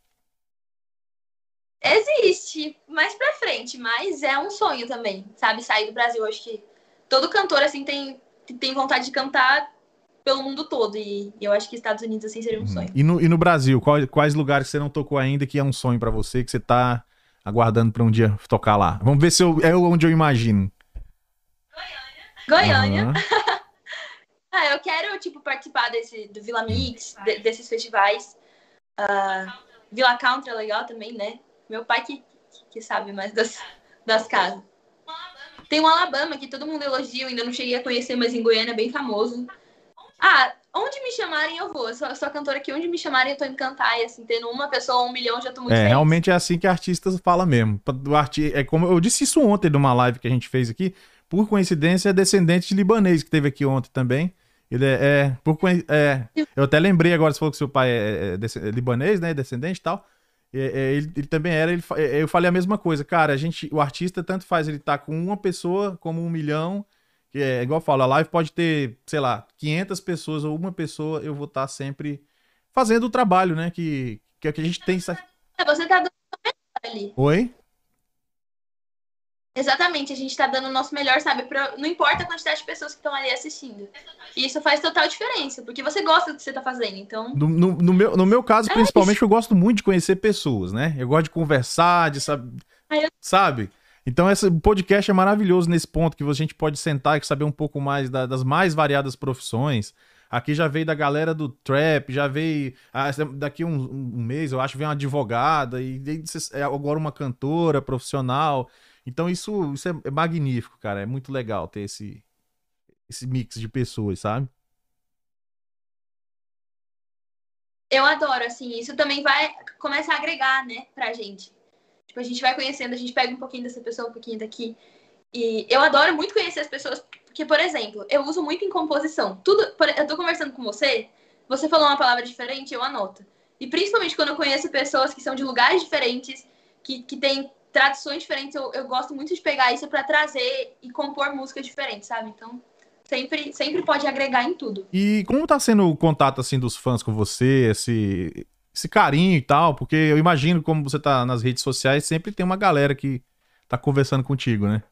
Existe, mais pra frente, mas é um sonho também, sabe? Sair do Brasil. Eu acho que todo cantor, assim, tem, tem vontade de cantar pelo mundo todo. E eu acho que Estados Unidos, assim, seria um sonho. E no, e no Brasil, quais, quais lugares você não tocou ainda que é um sonho pra você, que você tá aguardando pra um dia tocar lá? Vamos ver se eu, é onde eu imagino. Goiânia. Aham. Ah, eu quero, tipo, participar desse, do Vila Mix, de- desses festivais. Ah, Vila Country é legal também, né? Meu pai que, que sabe mais das, das casas. Tem um Alabama que todo mundo elogia, eu ainda não cheguei a conhecer, mas em Goiânia é bem famoso. Ah, onde me chamarem eu vou. Eu sou, eu sou a cantora que onde me chamarem eu tô indo cantar. E assim, tendo uma pessoa ou um milhão, já tô muito É, feliz. realmente é assim que artistas falam mesmo. Do arti... É como eu disse isso ontem numa live que a gente fez aqui. Por coincidência, é descendente de libanês que teve aqui ontem também. Ele é, é, por, coin- é, eu até lembrei agora, você falou que seu pai é, é desc- é libanês, né? Descendente e tal. É, é, ele, ele também era, ele fa- é, eu falei a mesma coisa. Cara, a gente, o artista tanto faz ele tá com uma pessoa como um milhão. Que é igual eu falo, a live pode ter, sei lá, quinhentas pessoas ou uma pessoa, eu vou estar sempre fazendo o trabalho, né? Que, que é o que a gente tem. sa- É, você tá dando o melhor ali. Oi? Exatamente, a gente tá dando o nosso melhor, sabe? Pra- não importa a quantidade de pessoas que estão ali assistindo. E isso faz total diferença, porque você gosta do que você tá fazendo, então... No, no, no meu, no meu caso, principalmente, eu gosto muito de conhecer pessoas, né? Eu gosto de conversar, de saber. Ah, eu- Sabe? Então, esse podcast é maravilhoso nesse ponto, que a gente pode sentar e saber um pouco mais da- das mais variadas profissões. Aqui já veio da galera do trap, já veio. ah, daqui um, um mês, eu acho, vem uma advogada, e e é agora uma cantora profissional. Então, isso, isso é, é magnífico, cara. É muito legal ter esse, esse mix de pessoas, sabe? Eu adoro, assim, isso também vai começar a agregar, né, pra gente. Tipo, a gente vai conhecendo, a gente pega um pouquinho dessa pessoa, um pouquinho daqui. E eu adoro muito conhecer as pessoas, porque, por exemplo, eu uso muito em composição. Tudo, por- eu tô conversando com você, você falou uma palavra diferente, eu anoto. E principalmente quando eu conheço pessoas que são de lugares diferentes, que, que têm tradições diferentes, eu, eu gosto muito de pegar isso pra trazer e compor músicas diferentes, sabe? Então, sempre, sempre pode agregar em tudo. E como tá sendo o contato, assim, dos fãs com você, esse, esse carinho e tal? Porque eu imagino, como você tá nas redes sociais, sempre tem uma galera que tá conversando contigo, né?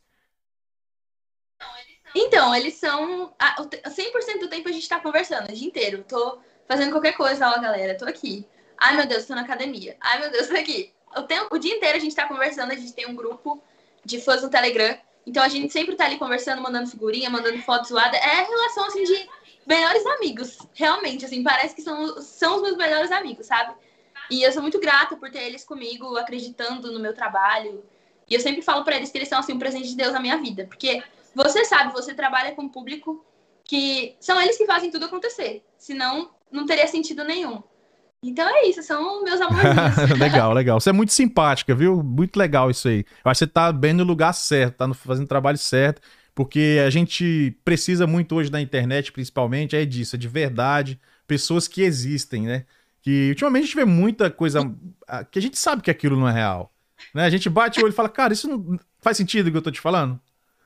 Então, eles são. a- o te- cem por cento do tempo a gente tá conversando, o dia inteiro. Tô fazendo qualquer coisa, ó, galera, tô aqui. Ai, meu Deus, tô na academia. Ai, meu Deus, tô aqui. O, tempo, o dia inteiro a gente tá conversando, a gente tem um grupo de fãs no Telegram. Então a gente sempre tá ali conversando, mandando figurinha, mandando foto zoada. É relação, assim, de melhores amigos. Realmente, assim, parece que são, são os meus melhores amigos, sabe? E eu sou muito grata por ter eles comigo, acreditando no meu trabalho. E eu sempre falo pra eles que eles são, assim, um presente de Deus na minha vida. Porque você sabe, você trabalha com um público que são eles que fazem tudo acontecer. Senão, não teria sentido nenhum. Então é isso, são meus amorzinhos. Legal, legal. Você é muito simpática, viu? Muito legal isso aí. Eu acho que você tá bem no lugar certo, tá no- fazendo o trabalho certo, porque a gente precisa muito hoje da internet, principalmente, é disso, é de verdade, pessoas que existem, né? Que ultimamente a gente vê muita coisa ah, que a gente sabe que aquilo não é real, né? A gente bate o olho e fala, cara, isso não faz sentido o que eu tô te falando?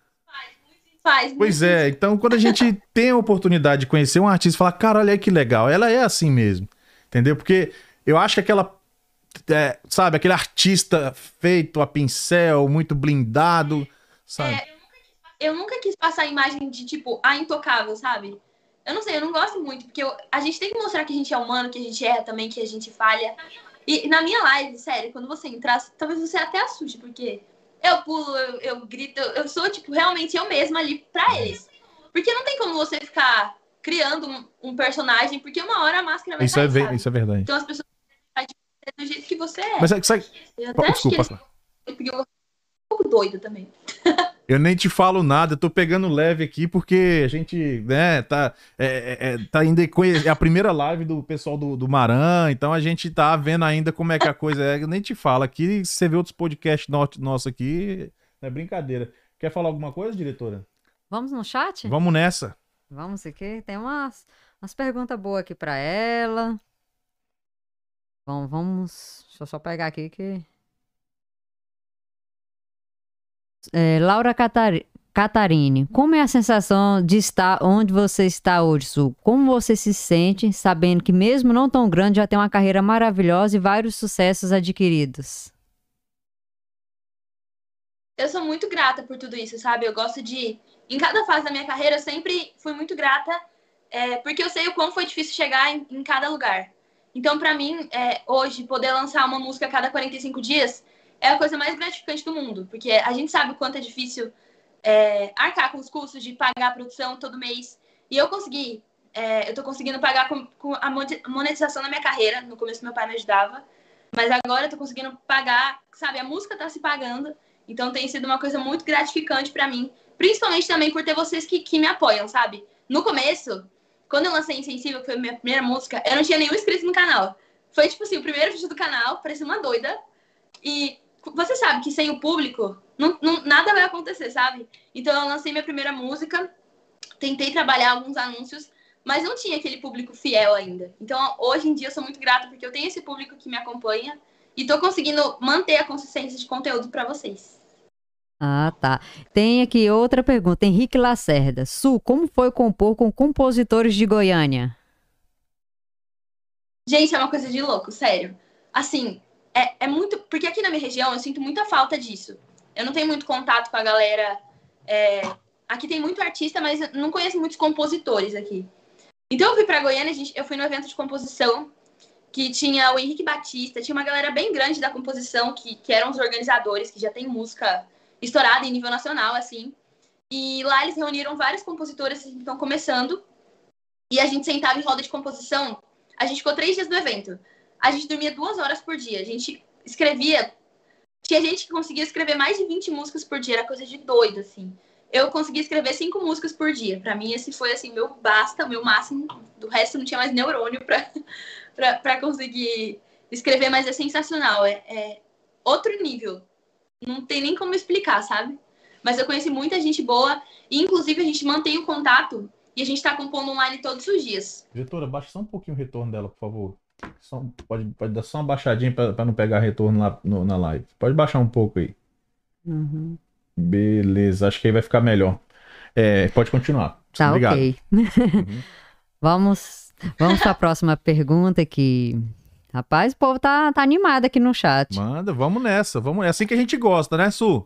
Faz muito Pois é, então quando a gente tem a oportunidade de conhecer um artista e falar, cara, olha aí que legal, ela é assim mesmo, entendeu? Porque eu acho que aquela, é, sabe, aquele artista feito a pincel, muito blindado, sabe? É, eu nunca quis passar a imagem de, tipo, a intocável, sabe? Eu não sei, eu não gosto muito, porque eu- a gente tem que mostrar que a gente é humano, que a gente erra também, que a gente falha. E na minha live, sério, quando você entrar, talvez você até assuste, porque eu pulo, eu, eu grito, eu, eu sou, tipo, realmente eu mesma ali pra eles. Porque não tem como você ficar criando um, um personagem, porque uma hora a máscara vai Isso é, cair, ve- sabe? isso é verdade. Então as pessoas vão de você do jeito que você é. Mas é- sabe, Eu até acho que desculpa, eles... Porque eu sou um pouco doida também. eu nem te falo nada, eu tô pegando leve aqui porque a gente, né, tá, é, é, é, tá ainda conhe- é a primeira live do pessoal do, do Maran, então a gente tá vendo ainda como é que a coisa é. Eu nem te falo aqui, se você vê outros podcasts no- nossos aqui, não é brincadeira. Quer falar alguma coisa, diretora? Vamos no chat? Vamos nessa. Vamos aqui. Tem umas, umas perguntas boas aqui pra ela. Bom, vamos. Deixa eu só pegar aqui que. É, Laura Catari- Catarine, como é a sensação de estar onde você está hoje, Su? Como você se sente sabendo que, mesmo não tão grande, já tem uma carreira maravilhosa e vários sucessos adquiridos? Eu sou muito grata por tudo isso, sabe? Eu gosto de... Em cada fase da minha carreira, eu sempre fui muito grata, é, porque eu sei o quão foi difícil chegar em, em cada lugar. Então, pra mim, é, hoje, poder lançar uma música a cada quarenta e cinco dias é a coisa mais gratificante do mundo, porque a gente sabe o quanto é difícil é, arcar com os custos de pagar a produção todo mês. E eu consegui. É, eu tô conseguindo pagar com, com a monetização da minha carreira. No começo, meu pai me ajudava. Mas agora eu tô conseguindo pagar, sabe? A música tá se pagando. Então tem sido uma coisa muito gratificante pra mim. Principalmente também por ter vocês que, que me apoiam, sabe? No começo, quando eu lancei Insensível, que foi a minha primeira música, eu não tinha nenhum inscrito no canal. Foi, tipo assim, o primeiro vídeo do canal, parecia uma doida. E você sabe que sem o público, não, não, nada vai acontecer, sabe? Então eu lancei minha primeira música, tentei trabalhar alguns anúncios, mas não tinha aquele público fiel ainda. Então, hoje em dia, eu sou muito grata porque eu tenho esse público que me acompanha e tô conseguindo manter a consistência de conteúdo para vocês. Ah, tá. Tem aqui outra pergunta. Henrique Lacerda. Su, como foi compor com compositores de Goiânia? Gente, é uma coisa de louco, sério. Assim, é, é muito... Porque aqui na minha região eu sinto muita falta disso. Eu não tenho muito contato com a galera... É... Aqui tem muito artista, mas eu não conheço muitos compositores aqui. Então eu fui pra Goiânia, gente, eu fui no evento de composição, que tinha o Henrique Batista, tinha uma galera bem grande da composição, que, que eram os organizadores, que já tem música estourada em nível nacional, assim. E lá eles reuniram vários compositores que estão começando, e a gente sentava em roda de composição. A gente ficou três dias no evento. A gente dormia duas horas por dia. A gente escrevia... Tinha gente que conseguia escrever mais de vinte músicas por dia, era coisa de doido, assim. Eu consegui escrever cinco músicas por dia. Pra mim, esse foi, assim, meu basta, meu máximo. Do resto, não tinha mais neurônio pra, pra, pra conseguir escrever, mas é sensacional. É, é outro nível. Não tem nem como explicar, sabe? Mas eu conheci muita gente boa. E, inclusive, a gente mantém o contato e a gente tá compondo online todos os dias. Diretora, baixa só um pouquinho o retorno dela, por favor. Só, pode, pode dar só uma baixadinha pra, pra não pegar retorno lá no, na live. Pode baixar um pouco aí. Uhum. Beleza, acho que aí vai ficar melhor. É, pode continuar. Tá, obrigado. ok. Uhum. Vamos, vamos para a próxima pergunta que... Rapaz, o povo tá, tá animado aqui no chat. Manda, vamos nessa. Vamos... É assim que a gente gosta, né, Su?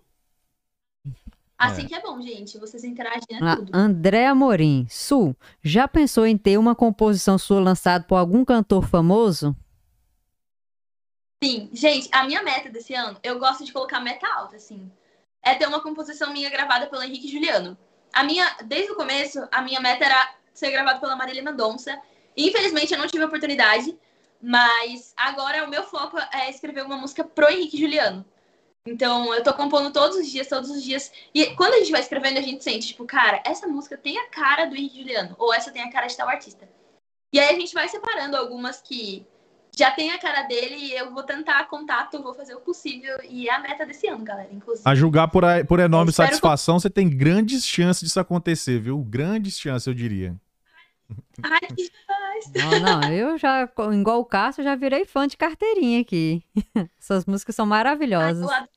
Assim É. que é bom, gente. Vocês interagem é Ah, tudo. André Amorim. Su, já pensou em ter uma composição sua lançada por algum cantor famoso? Sim, gente, a minha meta desse ano, eu gosto de colocar meta alta, assim. É ter uma composição minha gravada pelo Henrique Juliano. A minha, desde o começo, a minha meta era ser gravada pela Marília Mendonça. Infelizmente, eu não tive a oportunidade, mas agora o meu foco é escrever uma música pro Henrique Juliano. Então, eu tô compondo todos os dias, todos os dias. E quando a gente vai escrevendo, a gente sente, tipo, cara, essa música tem a cara do Henrique Juliano, ou essa tem a cara de tal artista. E aí a gente vai separando algumas que já tem a cara dele e eu vou tentar contato, vou fazer o possível. E é a meta desse ano, galera, inclusive. A julgar por, a, por enorme espero satisfação, você tem grandes chances disso acontecer, viu? Grandes chances, eu diria. Ai, que demais. Não, não, eu já, igual o Cássio, já virei fã de carteirinha aqui. Essas músicas são Ai, maravilhosas. eu adoro.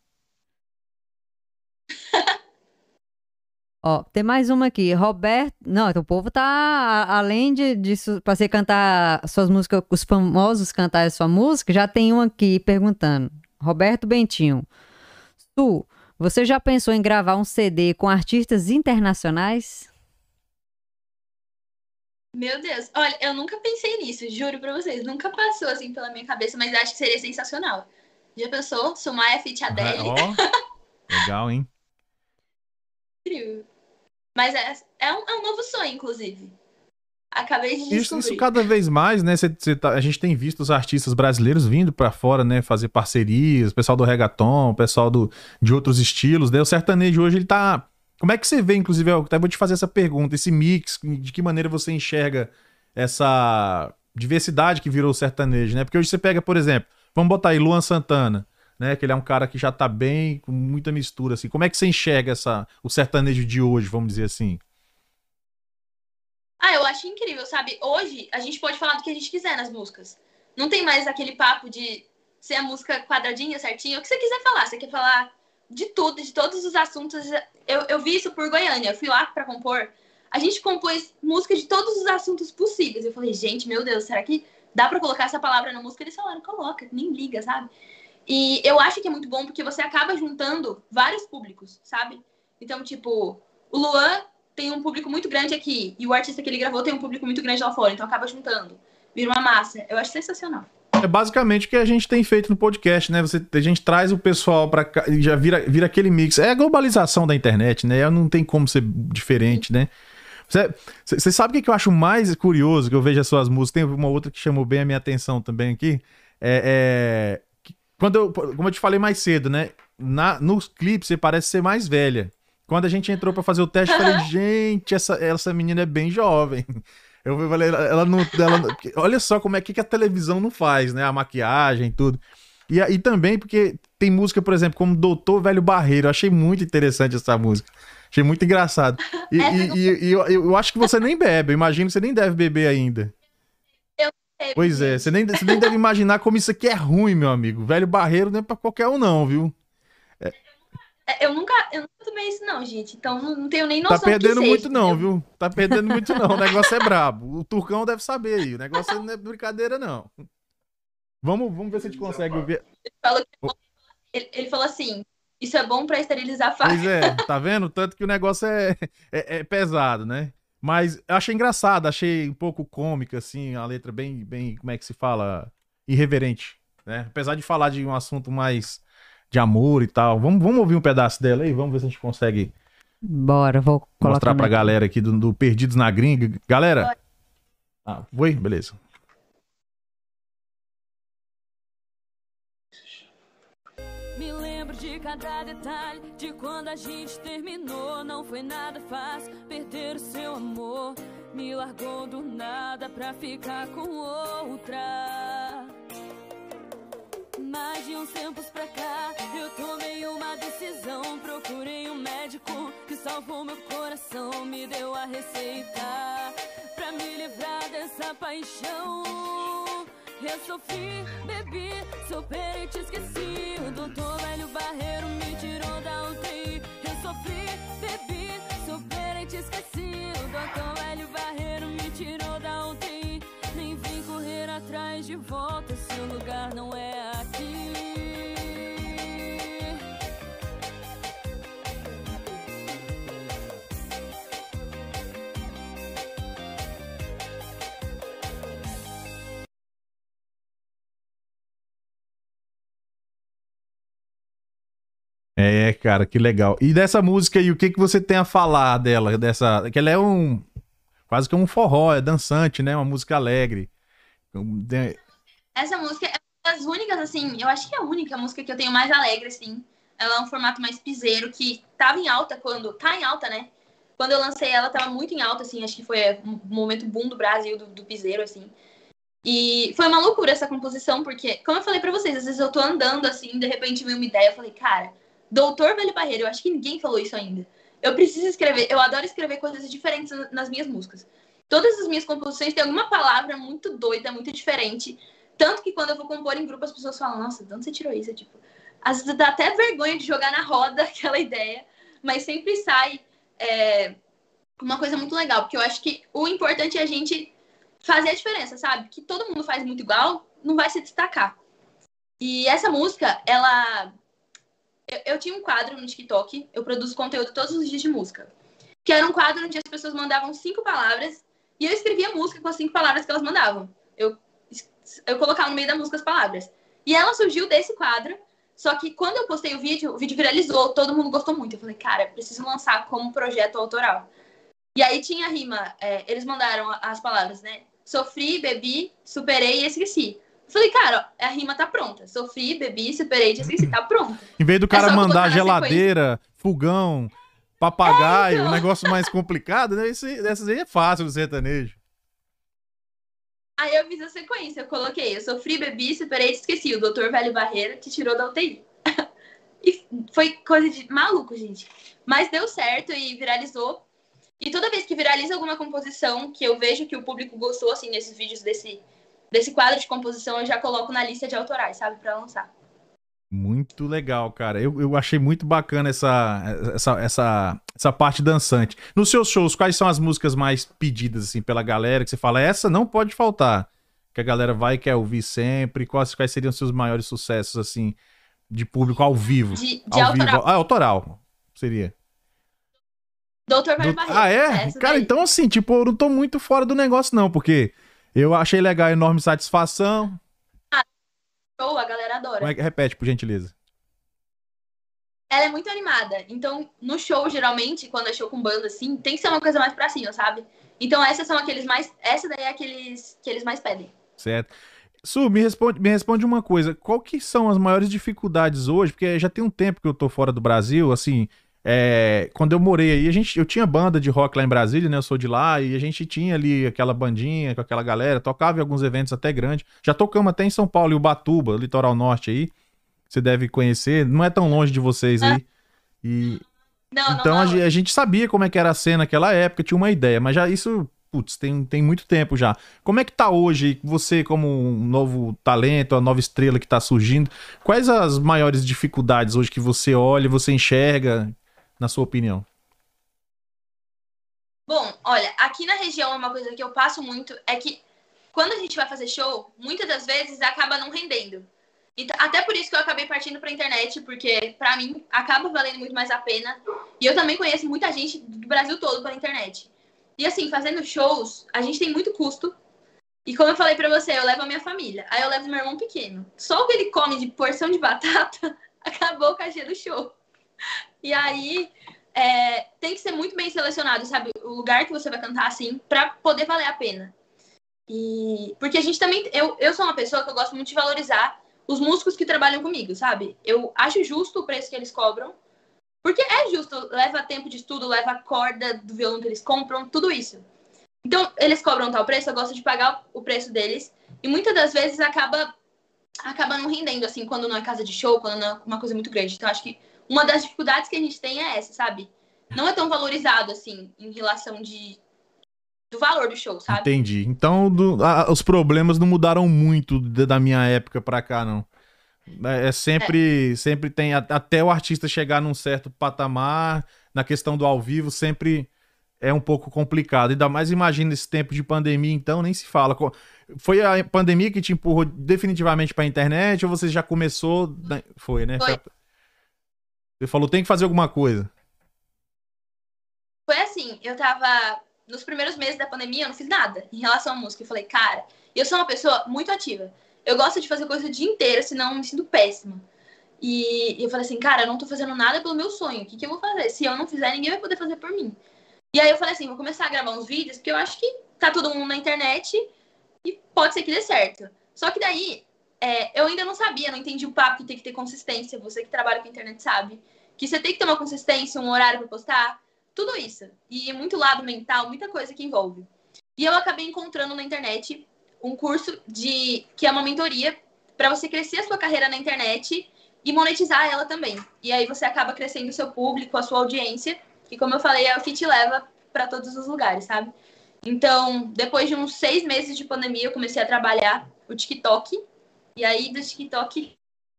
Ó, tem mais uma aqui. Roberto. Não, então o povo tá. a- Além de, disso, pra você cantar suas músicas, os famosos cantarem sua música, já tem um aqui perguntando. Roberto Bentinho. Su, você já pensou em gravar um C D com artistas internacionais? Meu Deus, olha, eu nunca pensei nisso, juro pra vocês. Nunca passou assim pela minha cabeça, mas acho que seria sensacional. Já pensou? Sumaya feat. Adele? Ó, legal, hein? Incrível. Mas é, é, um, é um novo sonho, inclusive. Acabei de Isso, descobrir. isso cada vez mais, né? Cê, cê tá- a gente tem visto os artistas brasileiros vindo pra fora, né? Fazer parcerias, o pessoal do reggaeton, o pessoal do, de outros estilos, né? O sertanejo hoje, ele tá... Como é que você vê, inclusive, eu até vou te fazer essa pergunta, esse mix, de que maneira você enxerga essa diversidade que virou o sertanejo, né? Porque hoje você pega, por exemplo, vamos botar aí Luan Santana, né? Que ele é um cara que já tá bem, com muita mistura, assim. Como é que você enxerga essa, o sertanejo de hoje, vamos dizer assim? Ah, eu acho incrível, sabe? Hoje a gente pode falar do que a gente quiser nas músicas. Não tem mais aquele papo de ser a música quadradinha, certinha. O que você quiser falar. Você quer falar de tudo, de todos os assuntos. Eu, eu vi isso por Goiânia. Eu fui lá pra compor. A gente compôs música de todos os assuntos possíveis. Eu falei, gente, meu Deus, será que dá pra colocar essa palavra na música? Eles falaram, coloca, nem liga, sabe? E eu acho que é muito bom porque você acaba juntando vários públicos, sabe? Então, tipo, o Luan tem um público muito grande aqui e o artista que ele gravou tem um público muito grande lá fora, então acaba juntando. Vira uma massa. Eu acho sensacional. É basicamente o que a gente tem feito no podcast, né? Você, a gente traz o pessoal pra cá e já vira, vira aquele mix. É a globalização da internet, né? Não tem como ser diferente, né? Você, você sabe o que, que eu acho mais curioso que eu vejo as suas músicas? Tem uma outra que chamou bem a minha atenção também aqui. É, é, que quando eu, como eu te falei mais cedo, né? Na, nos clipes você parece ser mais velha. Quando a gente entrou pra fazer o teste, eu falei, gente, essa, essa menina é bem jovem. Eu falei, ela, ela não. Ela, não- olha só como é que, que a televisão não faz, né? A maquiagem, tudo. E, a- e também porque tem música, por exemplo, como Doutor Velho Barreiro. Eu achei muito interessante essa música. Achei muito engraçado. E, Essa e- e- e eu, eu acho que você nem bebe. Eu imagino que você nem deve beber ainda. teve, Pois é, gente. você nem, você nem deve imaginar como isso aqui é ruim, meu amigo. Velho Barreiro não é pra qualquer um, não, viu? É, Eu nunca, eu nunca tomei isso, não, gente. Então não, não tenho nem Tá noção do que perdendo seja, muito, não, entendeu? viu? Tá perdendo muito, não. O negócio é brabo. O Turcão deve saber aí. O negócio não é brincadeira, não. Vamos, vamos ver se a gente consegue ouvir. Falou que- ele, ele falou assim: isso é bom pra esterilizar a faca. Pois é, tá vendo? Tanto que o negócio é, é, é pesado, né? Mas eu achei engraçado, achei um pouco cômica, assim, a letra bem, bem, como é que se fala? Irreverente, né? Apesar de falar de um assunto mais de amor e tal. Vamos, vamos ouvir um pedaço dela aí? Vamos ver se a gente consegue Bora, vou colocar. mostrar pra galera aqui do, do Perdidos na Gringa. Galera. Ah, foi? Beleza. Me lembro de cada detalhe de quando a gente terminou. Não foi nada fácil perder o seu amor. Me largou do nada pra ficar com outra. Mais de uns tempos pra cá, eu tomei uma decisão. Procurei um médico que salvou meu coração. Me deu a receita pra me livrar dessa paixão. Eu sofri, bebi, superei e te esqueci. O doutor Velho Barreiro me tirou da U T I. Eu sofri, bebi, superei e te esqueci. O doutor Velho Barreiro me tirou da U T I. Nem vim correr atrás de volta, seu lugar não é aqui. É, cara, que legal. E dessa música aí, o que que você tem a falar dela? Dessa, que ela é um quase que um forró, é dançante, né? Uma música alegre. Tem- Essa música é uma das únicas, assim, eu acho que é a única música que eu tenho mais alegre, assim. Ela é um formato mais piseiro, que tava em alta quando... Tá em alta, né? Quando eu lancei ela, tava muito em alta, assim. Acho que foi um momento boom do Brasil, do, do piseiro, assim. E foi uma loucura essa composição, porque, como eu falei pra vocês, às vezes eu tô andando, assim, de repente veio uma ideia, eu falei, cara, Doutor Velho Barreiro, eu acho que ninguém falou isso ainda. Eu preciso escrever, eu adoro escrever coisas diferentes nas minhas músicas. Todas as minhas composições têm alguma palavra muito doida, muito diferente. Tanto que quando eu vou compor em grupo, as pessoas falam, nossa, de onde você tirou isso? É, tipo, às vezes dá até vergonha de jogar na roda aquela ideia, mas sempre sai é, uma coisa muito legal, porque eu acho que o importante é a gente fazer a diferença, sabe? Que todo mundo faz muito igual, não vai se destacar. E essa música, ela... Eu, eu tinha um quadro no TikTok, eu produzo conteúdo todos os dias de música, que era um quadro onde as pessoas mandavam cinco palavras e eu escrevia música com as cinco palavras que elas mandavam. Eu, eu colocava no meio da música as palavras. E ela surgiu desse quadro, só que quando eu postei o vídeo, o vídeo viralizou, todo mundo gostou muito. Eu falei, cara, preciso lançar como projeto autoral. E aí tinha a rima, é, eles mandaram as palavras, né? Sofri, bebi, superei e esqueci. Eu falei, cara, ó, a rima tá pronta. Sofri, bebi, superei e esqueci, tá pronta. Em vez do É cara só colocar mandar na geladeira, fogão, papagaio, É, então. um negócio mais complicado, né? Esse, essas aí é fácil do sertanejo. Aí eu fiz a sequência, eu coloquei, eu sofri, bebi, superei e esqueci. O doutor Velho Barreiro te tirou da U T I. E foi coisa de maluco, gente. Mas deu certo e viralizou. E toda vez que viraliza alguma composição que eu vejo que o público gostou, assim, nesses vídeos desse, desse quadro de composição, eu já coloco na lista de autorais, sabe? Pra lançar. Muito legal, cara. Eu, eu achei muito bacana essa, essa, essa, essa parte dançante. Nos seus shows, quais são as músicas mais pedidas, assim, pela galera? Que você fala, essa não pode faltar. Que a galera vai e quer ouvir sempre. Quais, quais seriam os seus maiores sucessos, assim, de público ao vivo? De, de ao autoral. vivo. Ah, autoral. Seria. doutor Velho Do- Barreiro. Ah, é? Essa Cara, daí. então assim, tipo, eu não tô muito fora do negócio, não, porque eu achei legal, enorme satisfação. Show, a galera adora. Como é que- Repete, por gentileza. Ela é muito animada. Então, no show, geralmente, quando é show com banda, assim, tem que ser uma coisa mais pra cima, sabe? Então, essas são aqueles mais... Essa daí é aqueles que eles mais pedem. Certo. Su, me responde, me responde uma coisa. Qual que são as maiores dificuldades hoje? Porque já tem um tempo que eu tô fora do Brasil, assim, É, quando eu morei aí, a gente, eu tinha banda de rock lá em Brasília, né? Eu sou de lá, e a gente tinha ali aquela bandinha com aquela galera, tocava em alguns eventos até grandes. Já tocamos até em São Paulo, em Ubatuba, litoral norte aí. Você deve conhecer, não é tão longe de vocês aí. E Não, não, então a, não. ge- a gente sabia como é que era a cena naquela época, tinha uma ideia, mas já isso, putz, tem, tem muito tempo já. Como é que tá hoje, você como um novo talento, a nova estrela que tá surgindo, quais as maiores dificuldades hoje que você olha, você enxerga, na sua opinião? Bom, olha, aqui na região uma coisa que eu passo muito é que quando a gente vai fazer show, muitas das vezes acaba não rendendo. Então, até por isso que eu acabei partindo pra internet, porque pra mim acaba valendo muito mais a pena. E eu também conheço muita gente do Brasil todo pela internet. E assim, fazendo shows, a gente tem muito custo. E como eu falei pra você, eu levo a minha família. Aí eu levo meu irmão pequeno. Só o que ele come de porção de batata, acabou o cachê do show. E aí, é, tem que ser muito bem selecionado, sabe? O lugar que você vai cantar, assim, pra poder valer a pena. E porque a gente também... Eu, eu sou uma pessoa que eu gosto muito de valorizar os músicos que trabalham comigo, sabe? Eu acho justo o preço que eles cobram. Porque é justo. Leva tempo de estudo, leva a corda do violão que eles compram, tudo isso. Então, eles cobram tal preço, eu gosto de pagar o preço deles. E muitas das vezes acaba, acaba não rendendo, assim, quando não é casa de show, quando não é uma coisa muito grande. Então, acho que uma das dificuldades que a gente tem é essa, sabe? Não é tão valorizado, assim, em relação de, do valor do show, sabe? Entendi. Então, do- a- os problemas não mudaram muito de- da minha época pra cá, não. É, é sempre, sempre tem, a- até o artista chegar num certo patamar, na questão do ao vivo, sempre é um pouco complicado. Ainda mais imagina esse tempo de pandemia, então nem se fala. Co- Foi a pandemia que te empurrou definitivamente pra internet ou você já começou? né? Foi, né? Foi. Você falou, tem que fazer alguma coisa. Foi assim, eu tava... Nos primeiros meses da pandemia, eu não fiz nada em relação à música. Eu falei, cara, eu sou uma pessoa muito ativa. Eu gosto de fazer coisa o dia inteiro, senão eu me sinto péssima. E eu falei assim, cara, eu não tô fazendo nada pelo meu sonho. O que, que eu vou fazer? Se eu não fizer, ninguém vai poder fazer por mim. E aí eu falei assim, vou começar a gravar uns vídeos, porque eu acho que tá todo mundo na internet e pode ser que dê certo. Só que daí, é, eu ainda não sabia, não entendi o papo que tem que ter consistência. Você que trabalha com a internet sabe. Que você tem que ter uma consistência, um horário pra postar, tudo isso. E muito lado mental, muita coisa que envolve. E eu acabei encontrando na internet um curso de que é uma mentoria para você crescer a sua carreira na internet e monetizar ela também. E aí você acaba crescendo o seu público, a sua audiência, que como eu falei, é o que te leva para todos os lugares, sabe? Então, depois de uns seis meses de pandemia, eu comecei a trabalhar o TikTok. E aí, do TikTok...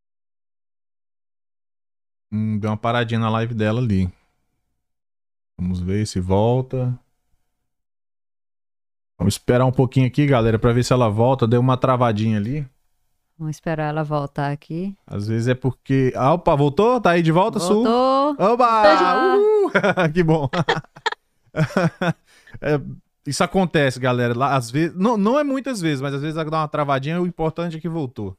Hum, deu uma paradinha na live dela ali. Vamos ver se volta. Vamos esperar um pouquinho aqui, galera, pra ver se ela volta. Deu uma travadinha ali. Vamos esperar ela voltar aqui. Às vezes é porque... Ah, opa, voltou? Tá aí de volta, Sul? Voltou. Oba! Uhul! Que bom. É, isso acontece, galera. Lá, às vezes... Não, não é muitas vezes, mas às vezes dá uma travadinha. O importante é que voltou.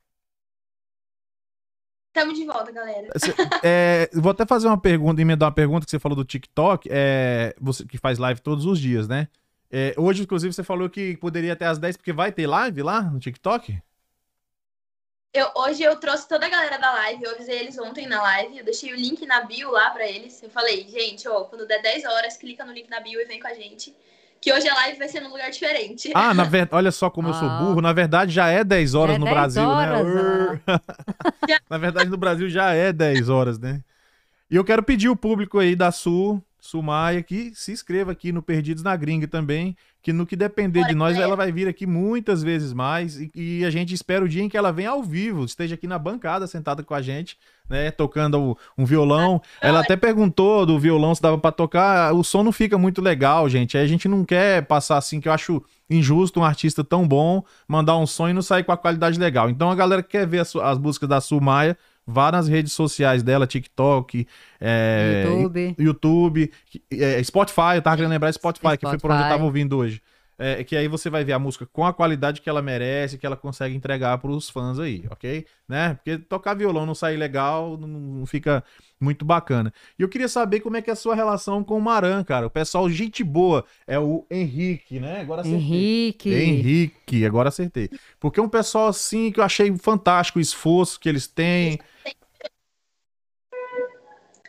Tamo de volta, galera. Cê- é, vou até fazer uma pergunta, emendar uma pergunta que você falou do TikTok. É, você que faz live todos os dias, né? É, hoje, inclusive, você falou que poderia até às dez, porque vai ter live lá no TikTok? Eu, hoje eu trouxe toda a galera da live, eu avisei eles ontem na live, eu deixei o link na bio lá pra eles. Eu falei, gente, ó, quando der dez horas, clica no link na bio e vem com a gente. Que hoje a live vai ser num lugar diferente. Ah, na verdade, olha só como eu sou Ah. burro. Na verdade, já é dez horas É no dez Brasil, horas, né? Na verdade, no Brasil já é dez horas, né? E eu quero pedir o público aí da Sul, Sul Maia, que se inscreva aqui no Perdidos na Gringa também, que no que depender Bora, de nós, galera. ela vai vir aqui muitas vezes mais e, e a gente espera o dia em que ela venha ao vivo, esteja aqui na bancada, sentada com a gente, né, tocando o- um violão. Ela até perguntou do violão se dava pra tocar, o som não fica muito legal, gente, aí a gente não quer passar assim, que eu acho injusto um artista tão bom mandar um som e não sair com a qualidade legal. Então a galera que quer ver as, as músicas da Sul Maia, vá nas redes sociais dela, TikTok, é, YouTube. YouTube, é, Spotify, eu tava querendo lembrar Spotify, que foi por onde eu Spotify. tava ouvindo hoje. É, que aí você vai ver a música com a qualidade que ela merece, que ela consegue entregar pros fãs aí, ok? Né? Porque tocar violão não sair legal, não, não fica muito bacana. E eu queria saber como é que é a sua relação com o Maran, cara. O pessoal, gente boa, é o Henrique, né? Agora acertei. Henrique. Henrique, agora acertei. Porque é um pessoal assim que eu achei fantástico o esforço que eles têm.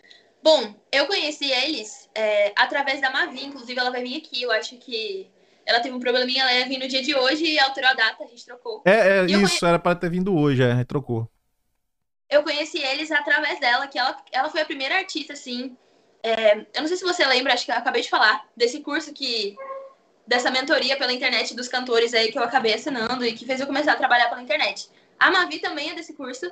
Bom, eu conheci eles é, através da Mavi, inclusive ela vai vir aqui, eu acho que ela teve um probleminha, ela ia vir no dia de hoje e alterou a data, a gente trocou. É, é E eu isso, conhe- era pra ter vindo hoje, é, trocou. Eu conheci eles através dela, que ela, ela foi a primeira artista, assim. é, eu não sei se você lembra, acho que eu acabei de falar, desse curso que. Dessa mentoria pela internet dos cantores aí que eu acabei assinando e que fez eu começar a trabalhar pela internet. A Mavi também é desse curso.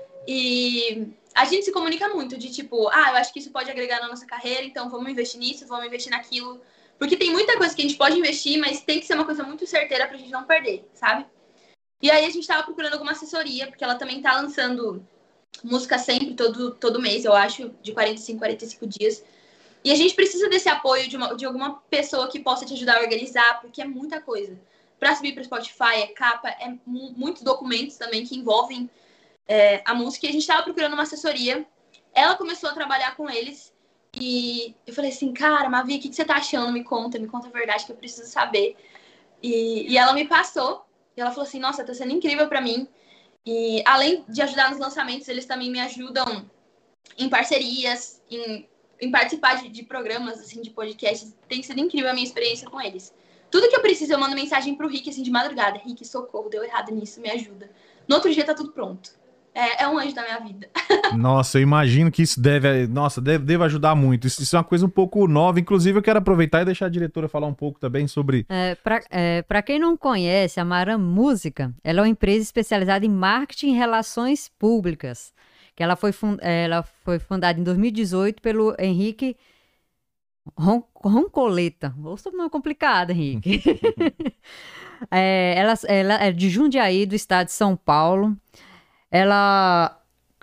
E a gente se comunica muito de tipo, ah, eu acho que isso pode agregar na nossa carreira, então vamos investir nisso, vamos investir naquilo. Porque tem muita coisa que a gente pode investir, mas tem que ser uma coisa muito certeira pra gente não perder, sabe? E aí a gente tava procurando alguma assessoria, porque ela também tá lançando música sempre, todo, todo mês, eu acho, de quarenta e cinco, quarenta e cinco dias. E a gente precisa desse apoio de, uma, de alguma pessoa que possa te ajudar a organizar, porque é muita coisa. Pra subir pro Spotify, é capa, é mu- muitos documentos também que envolvem é, a música. E a gente tava procurando uma assessoria. Ela começou a trabalhar com eles. E eu falei assim, cara, Mavi, o que, que você tá achando? Me conta, me conta a verdade que eu preciso saber. E, e ela me passou. E ela falou assim, nossa, tá sendo incrível pra mim. E além de ajudar nos lançamentos, eles também me ajudam em parcerias, em, em participar de, de programas, assim, de podcasts. Tem sido incrível a minha experiência com eles. Tudo que eu preciso, eu mando mensagem pro Rick, assim, de madrugada. Rick, socorro, deu errado nisso, me ajuda. No outro dia tá tudo pronto. É, é um anjo da minha vida. Nossa, eu imagino que isso deve, nossa, deve, deve ajudar muito. Isso, isso é uma coisa um pouco nova. Inclusive, eu quero aproveitar e deixar a diretora falar um pouco também sobre. É, para é, pra quem não conhece, a Maram Música, ela é uma empresa especializada em marketing e relações públicas. Que ela foi, fun- é, ela foi fundada em dois mil e dezoito pelo Henrique Ron- Roncoleta. Ou sobrenome complicado, Henrique. É, ela, ela é de Jundiaí, do estado de São Paulo. Ela.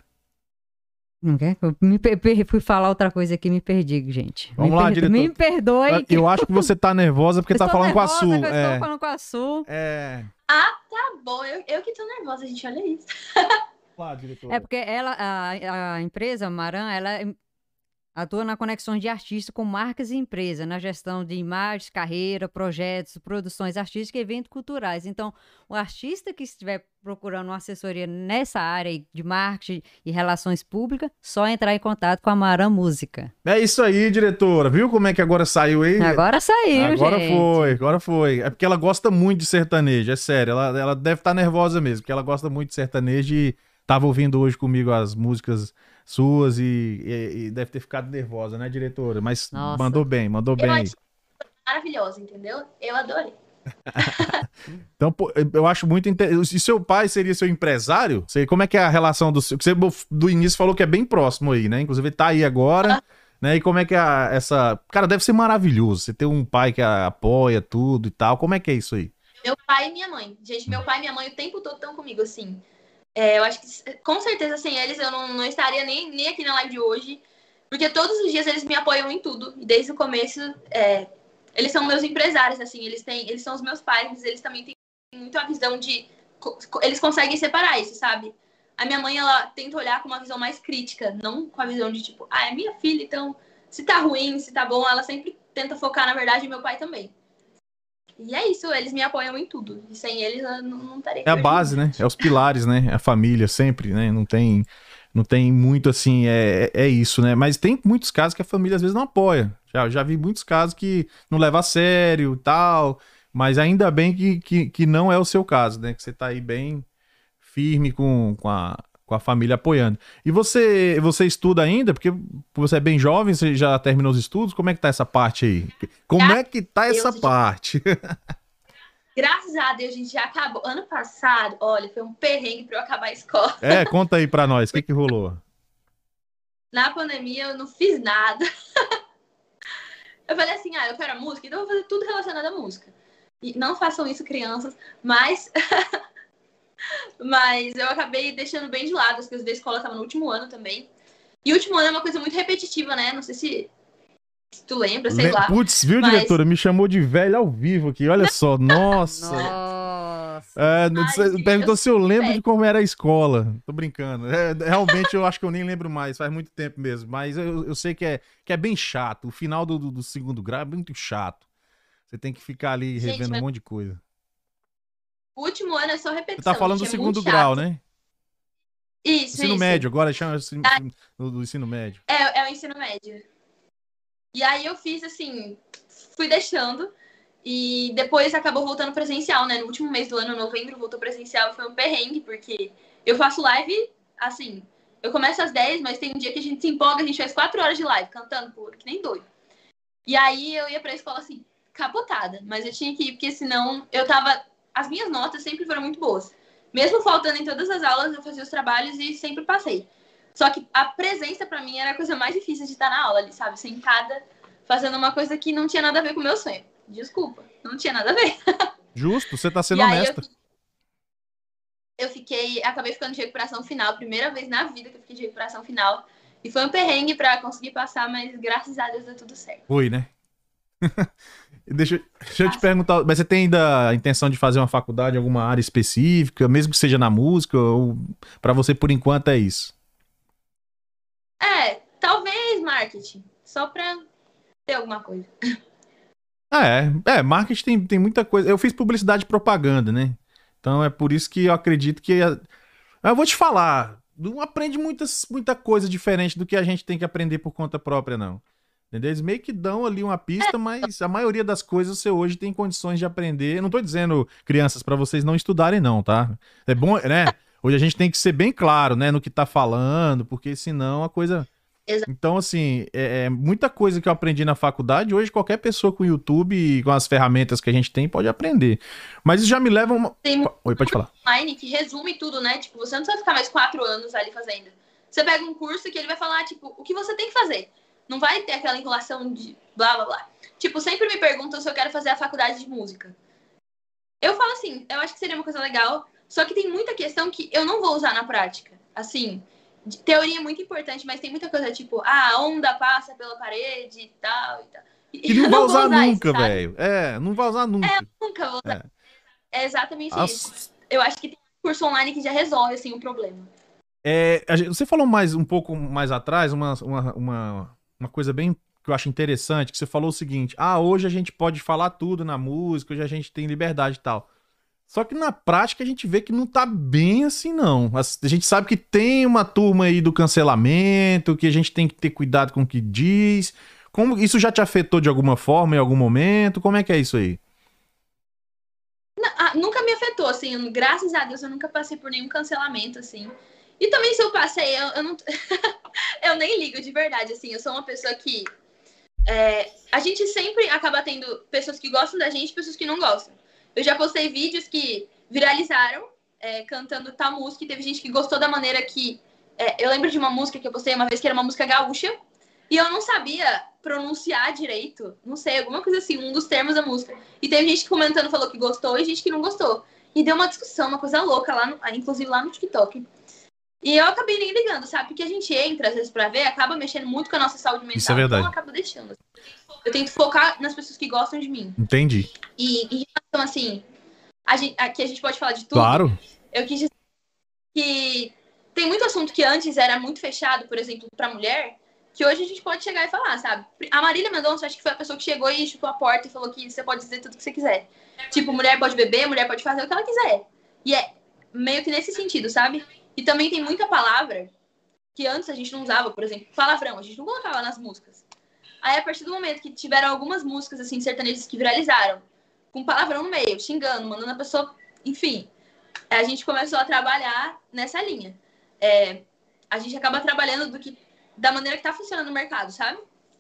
Não quer? Eu me per- per- fui falar outra coisa aqui e me perdi, gente. Vamos me lá, perdo- diretor. Me perdoe. que Eu acho que você tá nervosa porque eu tá estou falando com a nervosa, Su. que eu É, estou falando com a Su. é. Ah, tá bom. Eu, eu que tô nervosa, gente. Olha isso. Vamos lá, diretora. É porque ela, a, a empresa Maran, ela é- atua na conexão de artistas com marcas e empresas, na gestão de imagens, carreira, projetos, produções artísticas e eventos culturais. Então, o artista que estiver procurando uma assessoria nessa área aí de marketing e relações públicas, só entrar em contato com a Maran Música. É isso aí, diretora. Viu como é que agora saiu aí? Agora saiu, Agora gente. foi, agora foi. É porque ela gosta muito de sertanejo, é sério. Ela, ela deve estar nervosa mesmo, porque ela gosta muito de sertanejo e tava ouvindo hoje comigo as músicas suas e, e- e deve ter ficado nervosa, né, diretora? Mas Nossa. mandou bem, mandou Eu bem. achei maravilhosa, entendeu? Eu adorei. Então, pô, eu acho muito interessante. E seu pai seria seu empresário? Sei, como é que é a relação do seu. Você do início falou que é bem próximo aí, né? Inclusive, ele tá aí agora, né? E como é que é a- essa. Cara, deve ser maravilhoso. Você ter um pai que a- apoia tudo e tal. Como é que é isso aí? Meu pai e minha mãe. Gente, meu pai e minha mãe o tempo todo estão comigo, assim. É, eu acho que, com certeza, sem eles, eu não, não estaria nem, nem aqui na live de hoje. Porque todos os dias eles me apoiam em tudo. E desde o começo, é, eles são meus empresários, assim. Eles, têm, eles são os meus pais, mas eles também têm muito a visão de... co- Eles conseguem separar isso, sabe? A minha mãe, ela tenta olhar com uma visão mais crítica. Não com a visão de, tipo, ah, é minha filha, então... Se tá ruim, se tá bom, ela sempre tenta focar, na verdade, e meu pai também. E é isso, eles me apoiam em tudo. E sem eles, eu não, não estaria aqui É a hoje, base, não. né? É os pilares, né? É a família sempre, né? Não tem, não tem muito assim, é, é isso, né? Mas tem muitos casos que a família às vezes não apoia. Já, já vi muitos casos que não leva a sério e tal, mas ainda bem que, que, que não é o seu caso, né? Que você tá aí bem firme com, com, a, com a família apoiando. E você, você estuda ainda? Porque você é bem jovem, você já terminou os estudos? Como é que tá essa parte aí? Como é que tá essa Deus, parte? Graças a Deus, a gente já acabou. Ano passado, olha, foi um perrengue pra eu acabar a escola. É, conta aí pra nós, o que que rolou? Na pandemia, eu não fiz nada. Eu falei assim, ah, eu quero a música, então eu vou fazer tudo relacionado à música. E não façam isso, crianças, mas... mas eu acabei deixando bem de lado, as coisas da escola estavam no último ano também. E o último ano é uma coisa muito repetitiva, né? Não sei se, se tu lembra, sei Le- lá. Putz, viu, Mas- diretora? Me chamou de velho ao vivo aqui, olha só, nossa. Nossa. É, Ai, você gente, perguntou eu se eu sou lembro velha. de como era a escola. Tô brincando. É, realmente eu acho que eu nem lembro mais, faz muito tempo mesmo. Mas eu, eu sei que é, que é bem chato. O final do, do, do segundo grau é muito chato. Você tem que ficar ali Gente, revendo um mas- monte de coisa. O último ano é só Você repetição. tá falando do gente, é segundo muito grau, chato. né? Isso, Ensino isso. médio, agora chama ensino, Ah. do, do ensino médio. É, é o ensino médio. E aí eu fiz assim, fui deixando. E depois acabou voltando presencial, né? No último mês do ano, novembro, voltou presencial e foi um perrengue, porque eu faço live, assim, eu começo às dez, mas tem um dia que a gente se empolga, a gente faz quatro horas de live, cantando, pô, que nem doido. E aí eu ia pra escola, assim, capotada, mas eu tinha que ir, porque senão eu tava... As minhas notas sempre foram muito boas. Mesmo faltando em todas as aulas, eu fazia os trabalhos e sempre passei. Só que a presença pra mim era a coisa mais difícil de estar na aula ali, sabe? Sentada, fazendo uma coisa que não tinha nada a ver com o meu sonho. Desculpa, não tinha nada a ver. Justo, você tá sendo E aí honesta. eu, eu fiquei, acabei ficando de recuperação final, primeira vez na vida que eu fiquei de recuperação final. E foi um perrengue pra conseguir passar, mas graças a Deus deu tudo certo. Foi, né? deixa, deixa eu te perguntar, mas você tem ainda a intenção de fazer uma faculdade em alguma área específica, mesmo que seja na música, ou pra você por enquanto é isso? É, talvez marketing, só pra ter alguma coisa. Ah, é, é, marketing tem, tem muita coisa. Eu fiz publicidade e propaganda, né? Então é por isso que eu acredito que. Eu vou te falar, não aprende muitas, muita coisa diferente do que a gente tem que aprender por conta própria, não. Entendeu? Eles meio que dão ali uma pista, mas a maioria das coisas você hoje tem condições de aprender. Eu não tô dizendo, crianças, pra vocês não estudarem, não, tá? É bom, né? Hoje a gente tem que ser bem claro, né, no que tá falando, porque senão a coisa. Exato. Então, assim, é, é muita coisa que eu aprendi na faculdade, hoje qualquer pessoa com o YouTube e com as ferramentas que a gente tem pode aprender. Mas isso já me leva a uma... Tem Oi, pode falar. online que resume tudo, né? Tipo, você não precisa ficar mais quatro anos ali fazendo. Você pega um curso que ele vai falar, tipo, o que você tem que fazer. Não vai ter aquela enrolação de blá, blá, blá. Tipo, sempre me perguntam se eu quero fazer a faculdade de música. Eu falo assim, eu acho que seria uma coisa legal, só que tem muita questão que eu não vou usar na prática. Assim... Teoria é muito importante, mas tem muita coisa tipo, ah, a onda passa pela parede e tal e tal. Que não vai usar nunca, velho. É, não vai usar nunca. É, nunca vou usar. É, é exatamente As... isso. Eu acho que tem um curso online que já resolve, assim, o problema. É, a gente, você falou mais um pouco mais atrás, uma, uma, uma, uma coisa bem que eu acho interessante, que você falou o seguinte, ah, hoje a gente pode falar tudo na música, hoje a gente tem liberdade e tal. Só que na prática a gente vê que não tá bem assim, não. A gente sabe que tem uma turma aí do cancelamento, que a gente tem que ter cuidado com o que diz. Como isso já te afetou de alguma forma, em algum momento? Como é que é isso aí? Não, ah, nunca me afetou, assim. Graças a Deus eu nunca passei por nenhum cancelamento, assim. E também se eu passei, eu, eu não... eu nem ligo, de verdade, assim. Eu sou uma pessoa que... É, a gente sempre acaba tendo pessoas que gostam da gente e pessoas que não gostam. Eu já postei vídeos que viralizaram é, cantando tal música e teve gente que gostou da maneira que... É, eu lembro de uma música que eu postei uma vez que era uma música gaúcha e eu não sabia pronunciar direito, não sei, alguma coisa assim, um dos termos da música. E teve gente que comentando falou que gostou e gente que não gostou. E deu uma discussão, uma coisa louca, lá no, inclusive lá no TikTok. E eu acabei nem ligando, sabe? Porque a gente entra, às vezes, pra ver, acaba mexendo muito com a nossa saúde mental. Isso é verdade. Então eu acabo deixando. Eu tento focar nas pessoas que gostam de mim. Entendi. E em relação, assim, a gente, aqui a gente pode falar de tudo. Claro. Eu quis dizer que tem muito assunto que antes era muito fechado, por exemplo, pra mulher, que hoje a gente pode chegar e falar, sabe? A Marília Mendonça, acho que foi a pessoa que chegou e chutou a porta e falou que você pode dizer tudo que você quiser. Tipo, mulher pode beber, mulher pode fazer o que ela quiser. E é meio que nesse sentido, sabe? E também tem muita palavra que antes a gente não usava, por exemplo, palavrão, a gente não colocava nas músicas. Aí, a partir do momento que tiveram algumas músicas, assim, sertanejas que viralizaram, com palavrão no meio, xingando, mandando a pessoa... Enfim, a gente começou a trabalhar nessa linha. É, a gente acaba trabalhando do que, da maneira que tá funcionando no mercado, sabe?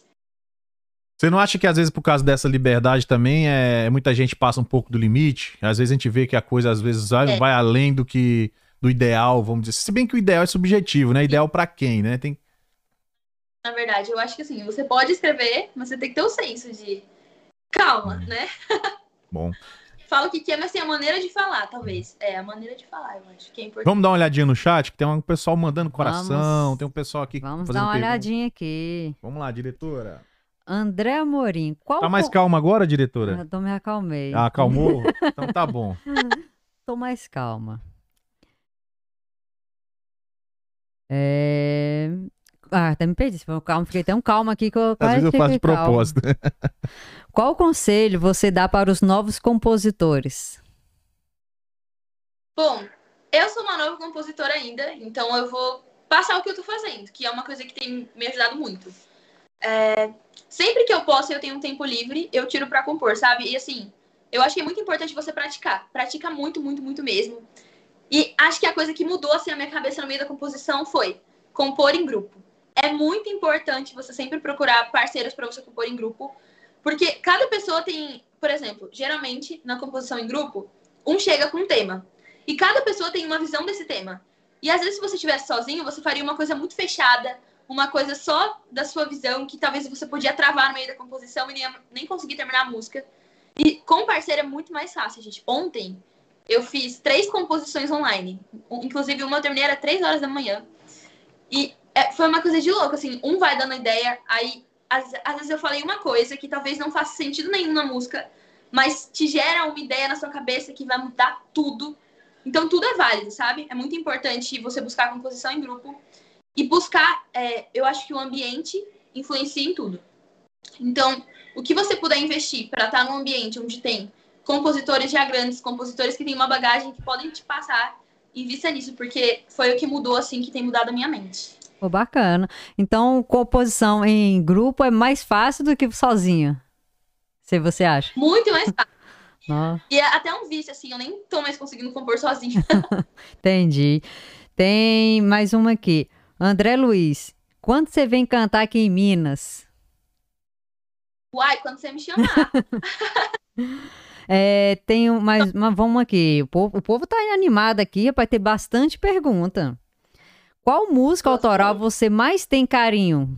Você não acha que, às vezes, por causa dessa liberdade também, é, muita gente passa um pouco do limite? Às vezes a gente vê que a coisa, às vezes, vai, É. vai além do que... do ideal, vamos dizer. Se bem que o ideal é subjetivo, né? Ideal pra quem, né? Tem... Na verdade, eu acho que assim, você pode escrever, mas você tem que ter o senso de calma, Hum. né? Bom. Fala o que quer, mas assim, a maneira de falar, talvez. É, a maneira de falar, eu acho que é importante. Vamos dar uma olhadinha no chat, que tem um pessoal mandando coração, Vamos. tem um pessoal aqui Vamos fazendo dar uma pergunta. olhadinha aqui. Vamos lá, diretora. André Amorim, qual... Tá mais con- calma agora, diretora? Eu tô me acalmei. Ah, acalmou? Então tá bom. Tô mais calma. É... Ah, até me perdi. Calma, fiquei tão calma aqui que eu Às quase vezes eu faço de fiquei calma. propósito. Qual conselho você dá para os novos compositores? Bom, Eu sou uma nova compositora ainda, então eu vou passar o que eu tô fazendo, que é uma coisa que tem me ajudado muito. É, sempre que eu posso e eu tenho um tempo livre, eu tiro pra compor, sabe? E assim, eu acho que é muito importante você praticar. Pratica muito, muito, muito mesmo. E acho que a coisa que mudou assim a minha cabeça no meio da composição foi compor em grupo. É muito importante você sempre procurar parceiros para você compor em grupo, porque cada pessoa tem, por exemplo, geralmente na composição em grupo, um chega com um tema. E cada pessoa tem uma visão desse tema. E às vezes se você estivesse sozinho, você faria uma coisa muito fechada, uma coisa só da sua visão, que talvez você podia travar no meio da composição e nem, nem conseguir terminar a música. E com parceiro é muito mais fácil, gente. Ontem eu fiz três composições online. Inclusive uma eu terminei era três horas da manhã. E é, foi uma coisa de louco, assim. Um vai dando ideia, aí às, às vezes eu falei uma coisa que talvez não faça sentido nenhum na música, mas te gera uma ideia na sua cabeça que vai mudar tudo. Então tudo é válido, sabe? É muito importante você buscar a composição em grupo e buscar, é, eu acho que o ambiente influencia em tudo. Então, o que você puder investir para estar num ambiente onde tem compositores já grandes, compositores que têm uma bagagem que podem te passar, invista nisso, porque foi o que mudou, assim, que tem mudado a minha mente. Pô, bacana. Então, composição em grupo é mais fácil do que sozinha, se você acha? Muito mais fácil. Oh. E é até um vício, assim, eu nem tô mais conseguindo compor sozinha. Entendi. Tem mais uma aqui. André Luiz, quando você vem cantar aqui em Minas? Uai, quando você me chamar. É, tem mais uma, vamos aqui. O povo, o povo tá animado aqui, vai ter bastante pergunta. Qual música Nossa, autoral foi. você mais tem carinho?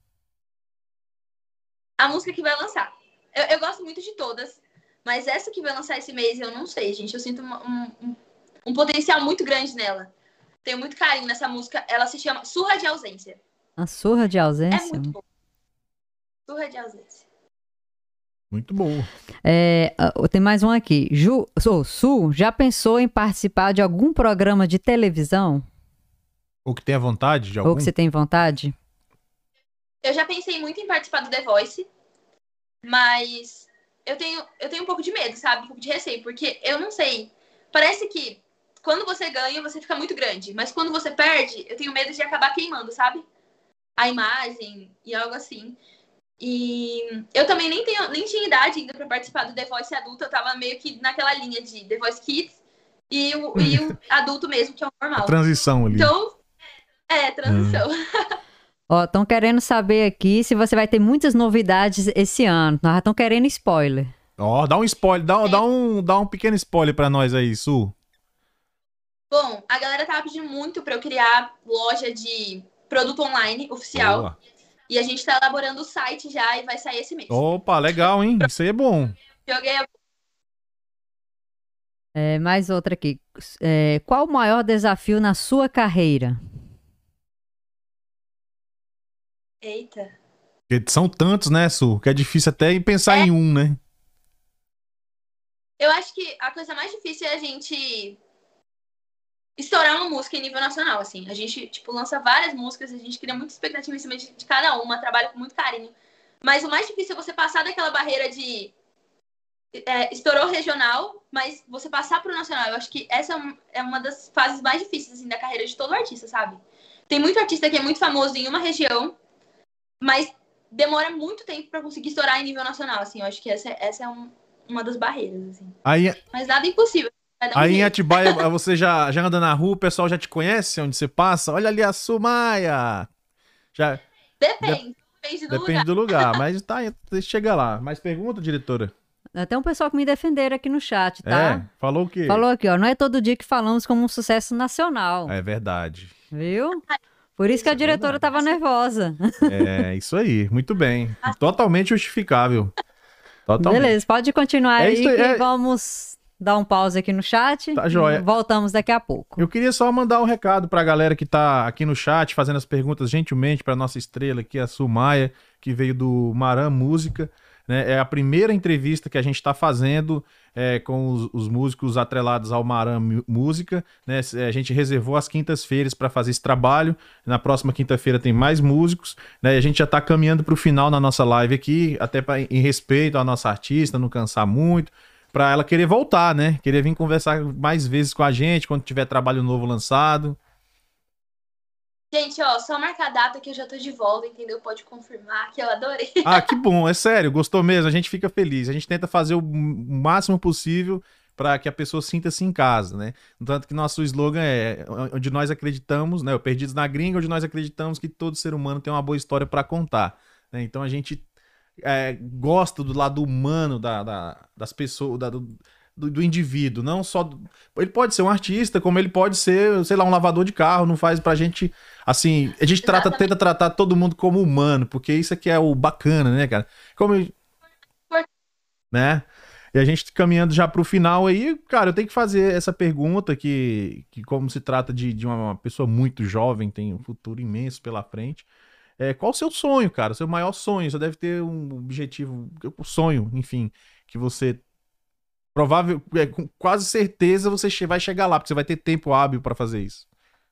A música que vai lançar. Eu, eu gosto muito de todas, mas essa que vai lançar esse mês, eu não sei, gente. Eu sinto uma, um, um, um potencial muito grande nela. Tenho muito carinho nessa música. Ela se chama Surra de Ausência. A surra de É ausência? muito boa. Surra de Ausência. Muito bom. É, uh, tem mais um aqui. Ju, oh, Su, já pensou em participar de algum programa de televisão? Ou que tenha vontade de algum? Ou que você tem vontade? Eu já pensei muito em participar do The Voice, mas eu tenho, eu tenho um pouco de medo, sabe? Um pouco de receio, porque eu não sei. Parece que quando você ganha, você fica muito grande, mas quando você perde, eu tenho medo de acabar queimando, sabe? A imagem e algo assim. E eu também nem, tenho, nem tinha idade ainda pra participar do The Voice adulto, eu tava meio que naquela linha de The Voice Kids e o, e o adulto mesmo, que é o normal. A transição ali. Então, é, transição. Ó, estão querendo saber aqui se você vai ter muitas novidades esse ano. Nós já estão querendo spoiler. Ó, dá um spoiler, dá, dá, um, dá um pequeno spoiler pra nós aí, Su. Bom, a galera tava pedindo muito pra eu criar loja de produto online oficial. Boa. E a gente tá elaborando o site já e vai sair esse mês. Opa, legal, hein? Isso aí é bom. Joguei a... É, mais outra aqui. É, qual o maior desafio na sua carreira? Eita. Porque são tantos, né, Su? Que é difícil até pensar É. em um, né? Eu acho que a coisa mais difícil é a gente estourar uma música em nível nacional, assim. A gente, tipo, lança várias músicas, a gente cria muita expectativa em cima de, de cada uma, trabalha com muito carinho. Mas o mais difícil é você passar daquela barreira de é, estourou regional, mas você passar pro nacional. Eu acho que essa é uma das fases mais difíceis, assim, da carreira de todo artista, sabe? Tem muito artista que é muito famoso em uma região, mas demora muito tempo pra conseguir estourar em nível nacional, assim. Eu acho que essa, essa é um, uma das barreiras, assim. Aí, Mas nada é impossível. Vai dar um aí em jeito. Atibaia, você já, já anda na rua, o pessoal já te conhece onde você passa? Olha ali a Su Maia. Já, Depende. Depende do depende lugar. do lugar, mas tá, chega lá. Mais pergunta, diretora? Até um pessoal que me defenderam aqui no chat, tá? É, falou o quê? Falou aqui, ó. Não é todo dia que falamos como um sucesso nacional. É verdade. Viu? Por isso que a Isso é diretora verdade. tava nervosa. É, isso aí. Muito bem. Totalmente justificável. Totalmente. Beleza, pode continuar É aí isso aí, que é- vamos dar um pause aqui no chat. Tá joia. Voltamos daqui a pouco. Eu queria só mandar um recado pra galera que tá aqui no chat, fazendo as perguntas gentilmente pra nossa estrela aqui, a Su Maia, que veio do Maran Música. Né? É a primeira entrevista que a gente tá fazendo é, com os, os músicos atrelados ao Maran Mu- Música. Né? A gente reservou as quintas-feiras para fazer esse trabalho. Na próxima quinta-feira tem mais músicos. Né? E a gente já tá caminhando pro final na nossa live aqui, até pra, em respeito à nossa artista, não cansar muito. pra ela querer voltar, né? Querer vir conversar mais vezes com a gente quando tiver trabalho novo lançado. Gente, ó, só marcar a data que eu já tô de volta, entendeu? Pode confirmar que eu adorei. Ah, que bom, é sério, gostou mesmo, a gente fica feliz. A gente tenta fazer o máximo possível para que a pessoa sinta-se em casa, né? Tanto que nosso slogan é onde nós acreditamos, né? O Perdidos na Gringa, onde nós acreditamos que todo ser humano tem uma boa história para contar, né? Então a gente é, gosta do lado humano da, da- das pessoas, da- do, do- do indivíduo, não só... do- ele pode ser um artista, como ele pode ser, sei lá, um lavador de carro, não faz pra gente... Assim, a gente trata, Exatamente. tenta tratar todo mundo como humano, porque isso aqui é o bacana, né, cara? Como, eu- né? E a gente caminhando já pro final aí, cara, eu tenho que fazer essa pergunta que, que como se trata de, de uma pessoa muito jovem, tem um futuro imenso pela frente. É, qual o seu sonho, cara? O seu maior sonho? Você deve ter um objetivo, um sonho, enfim, que você provável, é, com quase certeza você che- vai chegar lá, porque você vai ter tempo hábil pra fazer isso.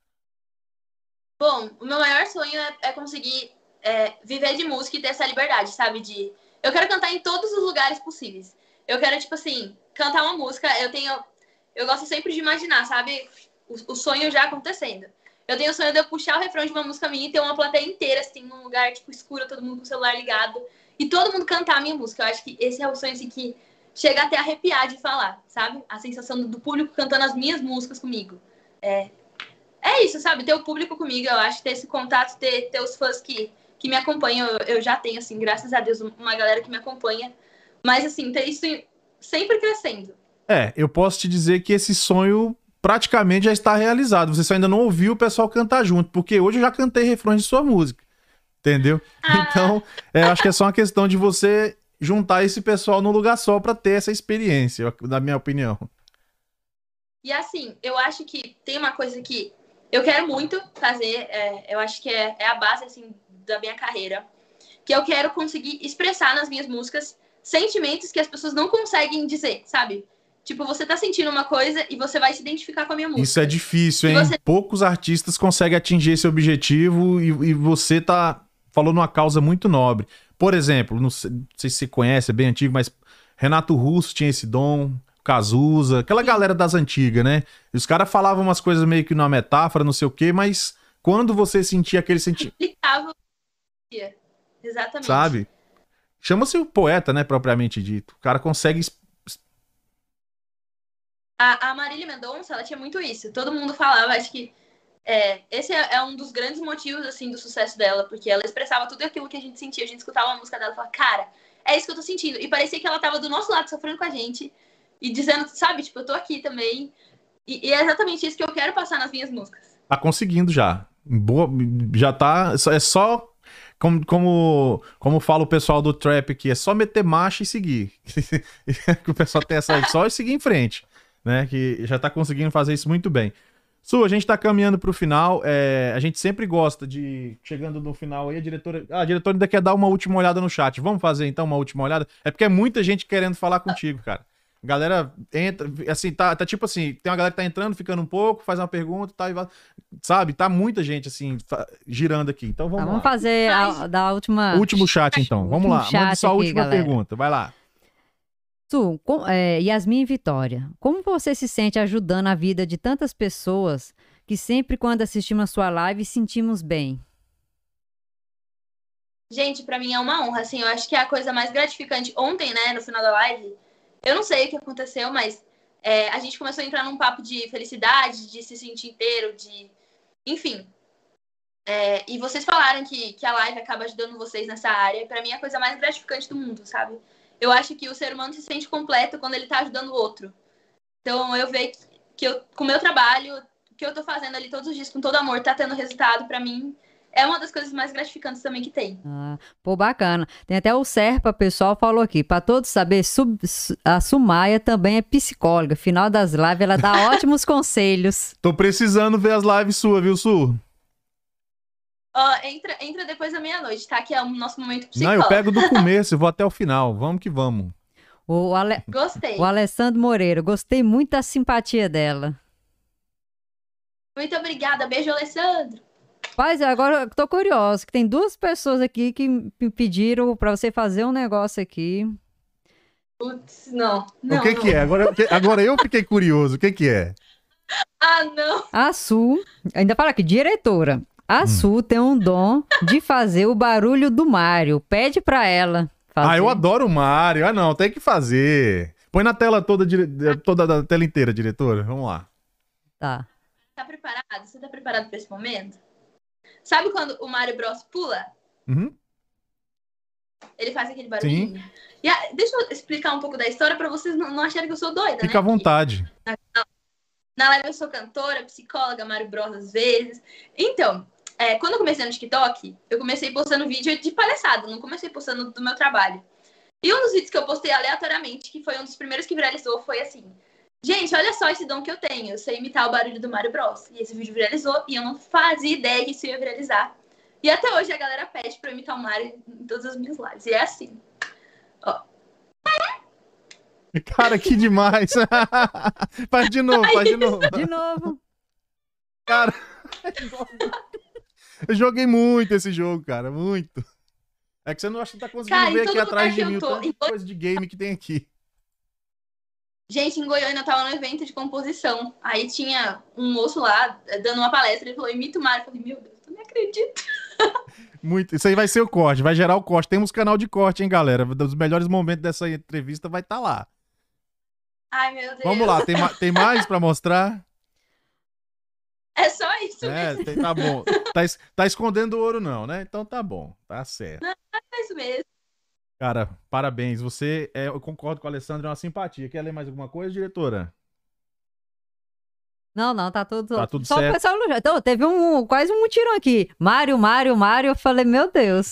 Bom, o meu maior sonho é, é conseguir é, viver de música e ter essa liberdade, sabe? De eu quero cantar em todos os lugares possíveis. Eu quero, tipo assim, cantar uma música. Eu tenho. Eu gosto sempre de imaginar, sabe? O, o sonho já acontecendo. Eu tenho o sonho de eu puxar o refrão de uma música minha e ter uma plateia inteira, assim, num lugar, tipo, escuro, todo mundo com o celular ligado. E todo mundo cantar a minha música. Eu acho que esse é o sonho, assim, que chega até a arrepiar de falar, sabe? A sensação do público cantando as minhas músicas comigo. É, é isso, sabe? Ter o público comigo, eu acho, ter esse contato, ter, ter os fãs que, que me acompanham. Eu, eu já tenho, assim, graças a Deus, uma galera que me acompanha. Mas, assim, ter isso sempre crescendo. É, eu posso te dizer que esse sonho praticamente já está realizado. Você só ainda não ouviu o pessoal cantar junto, porque hoje eu já cantei refrões de sua música, entendeu? Ah. Então, é, acho que é só uma questão de você juntar esse pessoal num lugar só pra ter essa experiência, na minha opinião. E, assim, eu acho que tem uma coisa que eu quero muito fazer, é, eu acho que é, é a base, assim, da minha carreira, que eu quero conseguir expressar nas minhas músicas sentimentos que as pessoas não conseguem dizer, sabe? Tipo, você tá sentindo uma coisa e você vai se identificar com a minha música. Isso é difícil, E hein? você- Poucos artistas conseguem atingir esse objetivo e, e você tá falando uma causa muito nobre. Por exemplo, não sei, não sei se você conhece, é bem antigo, mas Renato Russo tinha esse dom, Cazuza, aquela galera das antigas, né? E os caras falavam umas coisas meio que numa metáfora, não sei o quê, mas quando você sentia aquele sentimento, Explicava o que é. Exatamente. sabe? Chama-se o poeta, né, propriamente dito. O cara consegue... es- A, a Marília Mendonça, ela tinha muito isso. Todo mundo falava, acho que é, esse é, é um dos grandes motivos, assim, do sucesso dela, porque ela expressava tudo aquilo que a gente sentia. A gente escutava a música dela e falava, cara, é isso que eu tô sentindo. E parecia que ela tava do nosso lado, sofrendo com a gente, e dizendo, sabe, tipo, eu tô aqui também. E, e é exatamente isso que eu quero passar nas minhas músicas. Tá conseguindo já. Boa, já tá. É só. Como, como, como fala o pessoal do trap aqui, é só meter marcha e seguir. Que o pessoal tem essa. Só e seguir em frente. Né? Que já tá conseguindo fazer isso muito bem. Su, a gente tá caminhando pro final. É, a gente sempre gosta de. Chegando no final aí, a diretora. Ah, a diretora ainda quer dar uma última olhada no chat. Vamos fazer então uma última olhada? É porque é muita gente querendo falar contigo, cara. A galera entra, assim, tá, tá tipo assim, tem uma galera que tá entrando, ficando um pouco, faz uma pergunta, tá, e vai- sabe? Tá muita gente, assim, fa- girando aqui. Então vamos Tá, lá. vamos fazer a, da última. Último chat, então. Vamos Último lá. Mande chat sua aqui, última galera. pergunta. Vai lá. Su, com- é, Yasmin e Vitória, como você se sente ajudando a vida de tantas pessoas que sempre quando assistimos a sua live sentimos bem? Gente, pra mim é uma honra, assim, eu acho que é a coisa mais gratificante. Ontem, né, no final da live, eu não sei o que aconteceu, mas é, a gente começou a entrar num papo de felicidade, de se sentir inteiro, de... Enfim. É, e vocês falaram que, que a live acaba ajudando vocês nessa área. Pra mim é a coisa mais gratificante do mundo, sabe? Eu acho que o ser humano se sente completo quando ele tá ajudando o outro. Então eu vejo que, que eu, com o meu trabalho, o que eu tô fazendo ali todos os dias com todo amor, tá tendo resultado pra mim. É uma das coisas mais gratificantes também que tem. Ah, pô, bacana. Tem até o Serpa, pessoal, falou aqui. Pra todos saber, Su- Su- a Sumaia também é psicóloga. Final das lives, ela dá ótimos conselhos. Tô precisando ver as lives suas, viu, Su? Ó, entra, entra depois da meia-noite, tá? Que é o nosso momento Não, psicólogo. eu pego do começo e vou até o final. Vamos que vamos. O, Ale- Gostei. o Alessandro Moreira, gostei muito da simpatia dela. Muito obrigada. Beijo, Alessandro. Mas agora eu tô curioso, que tem duas pessoas aqui que me pediram pra você fazer um negócio aqui. Putz, não. Não, o que não. que é? Agora, agora eu fiquei curioso. O que que é? Ah, não. A Su, ainda fala aqui, diretora. A Hum. Su tem um dom de fazer o barulho do Mário. Pede pra ela fazer. Ah, eu adoro o Mário. Ah, não, tem que fazer. Põe na tela toda, dire- toda a tela inteira, diretora. Vamos lá. Tá. Tá preparado? Você tá preparado pra esse momento? Sabe quando o Mario Bros pula? Uhum. Ele faz aquele barulhinho? E a- deixa eu explicar um pouco da história pra vocês não, não acharem que eu sou doida, Fica né? à vontade. Na live eu sou cantora, psicóloga, Mario Bros às vezes. Então, é, quando eu comecei no TikTok, eu comecei postando vídeo de palhaçada, não comecei postando do meu trabalho. E um dos vídeos que eu postei aleatoriamente, que foi um dos primeiros que viralizou, foi assim: gente, olha só esse dom que eu tenho, eu sei imitar o barulho do Mario Bros. E esse vídeo viralizou e eu não fazia ideia que isso ia viralizar. E até hoje a galera pede pra eu imitar o Mario em todas as minhas lives. E é assim. Ó. Cara, que demais. Faz de novo, faz de novo. De novo. Cara, eu joguei muito esse jogo, cara, muito. É que você não acha que tá conseguindo Cara, em ver todo aqui atrás lugar de que mim eu o tô, tanto de em todo- coisa de game que tem aqui. Gente, em Goiânia eu tava num evento de composição. Aí tinha um moço lá eh, dando uma palestra. Ele falou: imita o Mario. Eu falei: meu Deus, eu não acredito. Muito. Isso aí vai ser o corte, vai gerar o corte. Temos canal de corte, hein, galera? Dos melhores momentos dessa entrevista vai estar lá. Ai, meu Deus. Vamos lá, tem, ma- tem mais pra mostrar? É só isso É, mesmo. tem- tá bom. Tá, es- tá escondendo o ouro não, né? Então tá bom, tá certo. É isso mesmo. Cara, parabéns. Você, é, eu concordo com a Alessandra, é uma simpatia. Quer ler mais alguma coisa, diretora? Não, não, tá tudo. Tá tudo Só certo. o pessoal no... Então, teve um quase um mutirão aqui. Mário, Mário, Mário. Eu falei, meu Deus.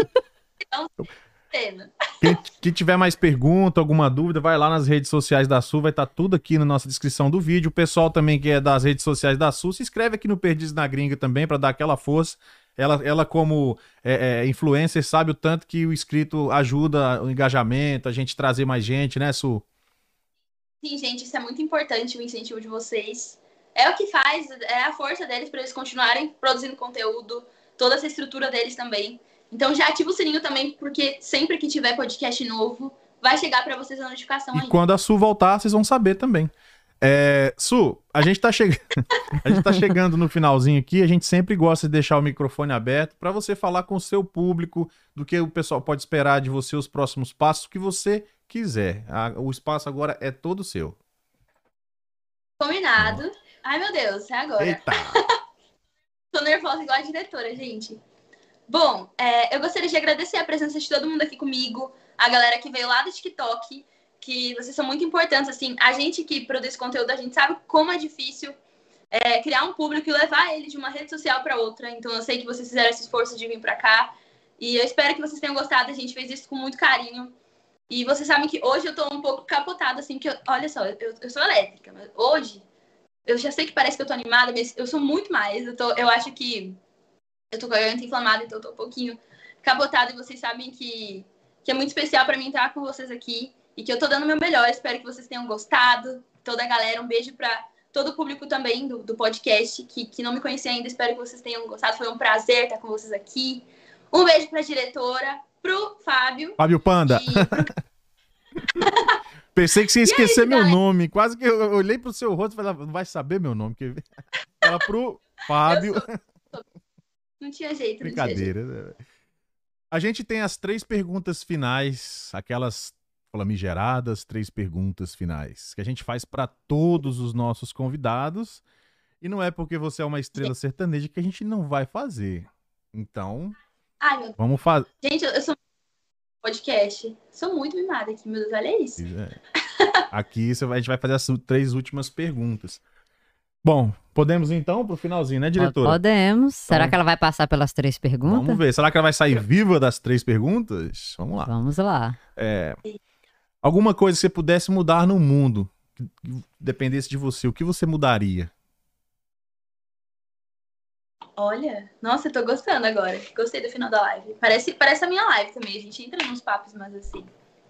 Pena. Quem, quem tiver mais pergunta, alguma dúvida, vai lá nas redes sociais da Su, vai estar tudo aqui na nossa descrição do vídeo. O pessoal também que é das redes sociais da Su, se inscreve aqui no Perdidos na Gringa também, para dar aquela força. Ela, ela como é, é, influencer, sabe o tanto que o inscrito ajuda o engajamento, a gente trazer mais gente, né, Su? Sim, gente, isso é muito importante, o incentivo de vocês. É o que faz, é a força deles para eles continuarem produzindo conteúdo, toda essa estrutura deles também. Então já ativa o sininho também, porque sempre que tiver podcast novo, vai chegar para vocês a notificação E aí. quando a Su voltar, vocês vão saber também. É, Su, a gente tá chegando, a gente tá chegando no finalzinho aqui, a gente sempre gosta de deixar o microfone aberto para você falar com o seu público do que o pessoal pode esperar de você, os próximos passos, o que você quiser. A- o espaço agora é todo seu. Combinado. Ai, meu Deus, é agora. Eita! Tô nervosa igual a diretora, gente. Bom, é, eu gostaria de agradecer a presença de todo mundo aqui comigo, a galera que veio lá do TikTok, que vocês são muito importantes, assim, a gente que produz conteúdo, a gente sabe como é difícil é, criar um público e levar ele de uma rede social para outra, então eu sei que vocês fizeram esse esforço de vir para cá, e eu espero que vocês tenham gostado, a gente fez isso com muito carinho, e vocês sabem que hoje eu tô um pouco capotada, assim, que eu, olha só, eu, eu sou elétrica, mas hoje, eu já sei que parece que eu tô animada, mas eu sou muito mais, eu, tô, eu acho que eu tô com a garganta inflamada, então eu tô um pouquinho capotada, e vocês sabem que, que é muito especial para mim estar com vocês aqui, e que eu tô dando o meu melhor. Espero que vocês tenham gostado. Toda a galera, um beijo para todo o público também do, do podcast, que, que não me conhecia ainda. Espero que vocês tenham gostado. Foi um prazer estar com vocês aqui. Um beijo pra diretora, pro Fábio. Fábio Panda. E pro... Pensei que você ia esquecer aí, meu galera? nome. Quase que eu olhei pro seu rosto e falei, não vai saber meu nome. Que... Fala pro Fábio. Não tinha jeito, não tinha jeito. Brincadeira. né? A gente tem as três perguntas finais, aquelas flamigeradas três perguntas finais, que a gente faz para todos os nossos convidados. E não é porque você é uma estrela sertaneja que a gente não vai fazer. Então, Ai, meu Deus. vamos fazer. Gente, eu, eu sou podcast. Sou muito mimada aqui, meu Deus, olha isso. Aqui você vai- a gente vai fazer as três últimas perguntas. Bom, podemos então pro finalzinho, né, diretora? Podemos. Será Então- que ela vai passar pelas três perguntas? Vamos ver. Será que ela vai sair viva das três perguntas? Vamos lá. Vamos lá. É, alguma coisa que você pudesse mudar no mundo, que que dependesse de você, o que você mudaria? Olha, nossa, eu tô gostando agora. Gostei do final da live. Parece, parece a minha live também. A gente entra nos papos, mas assim.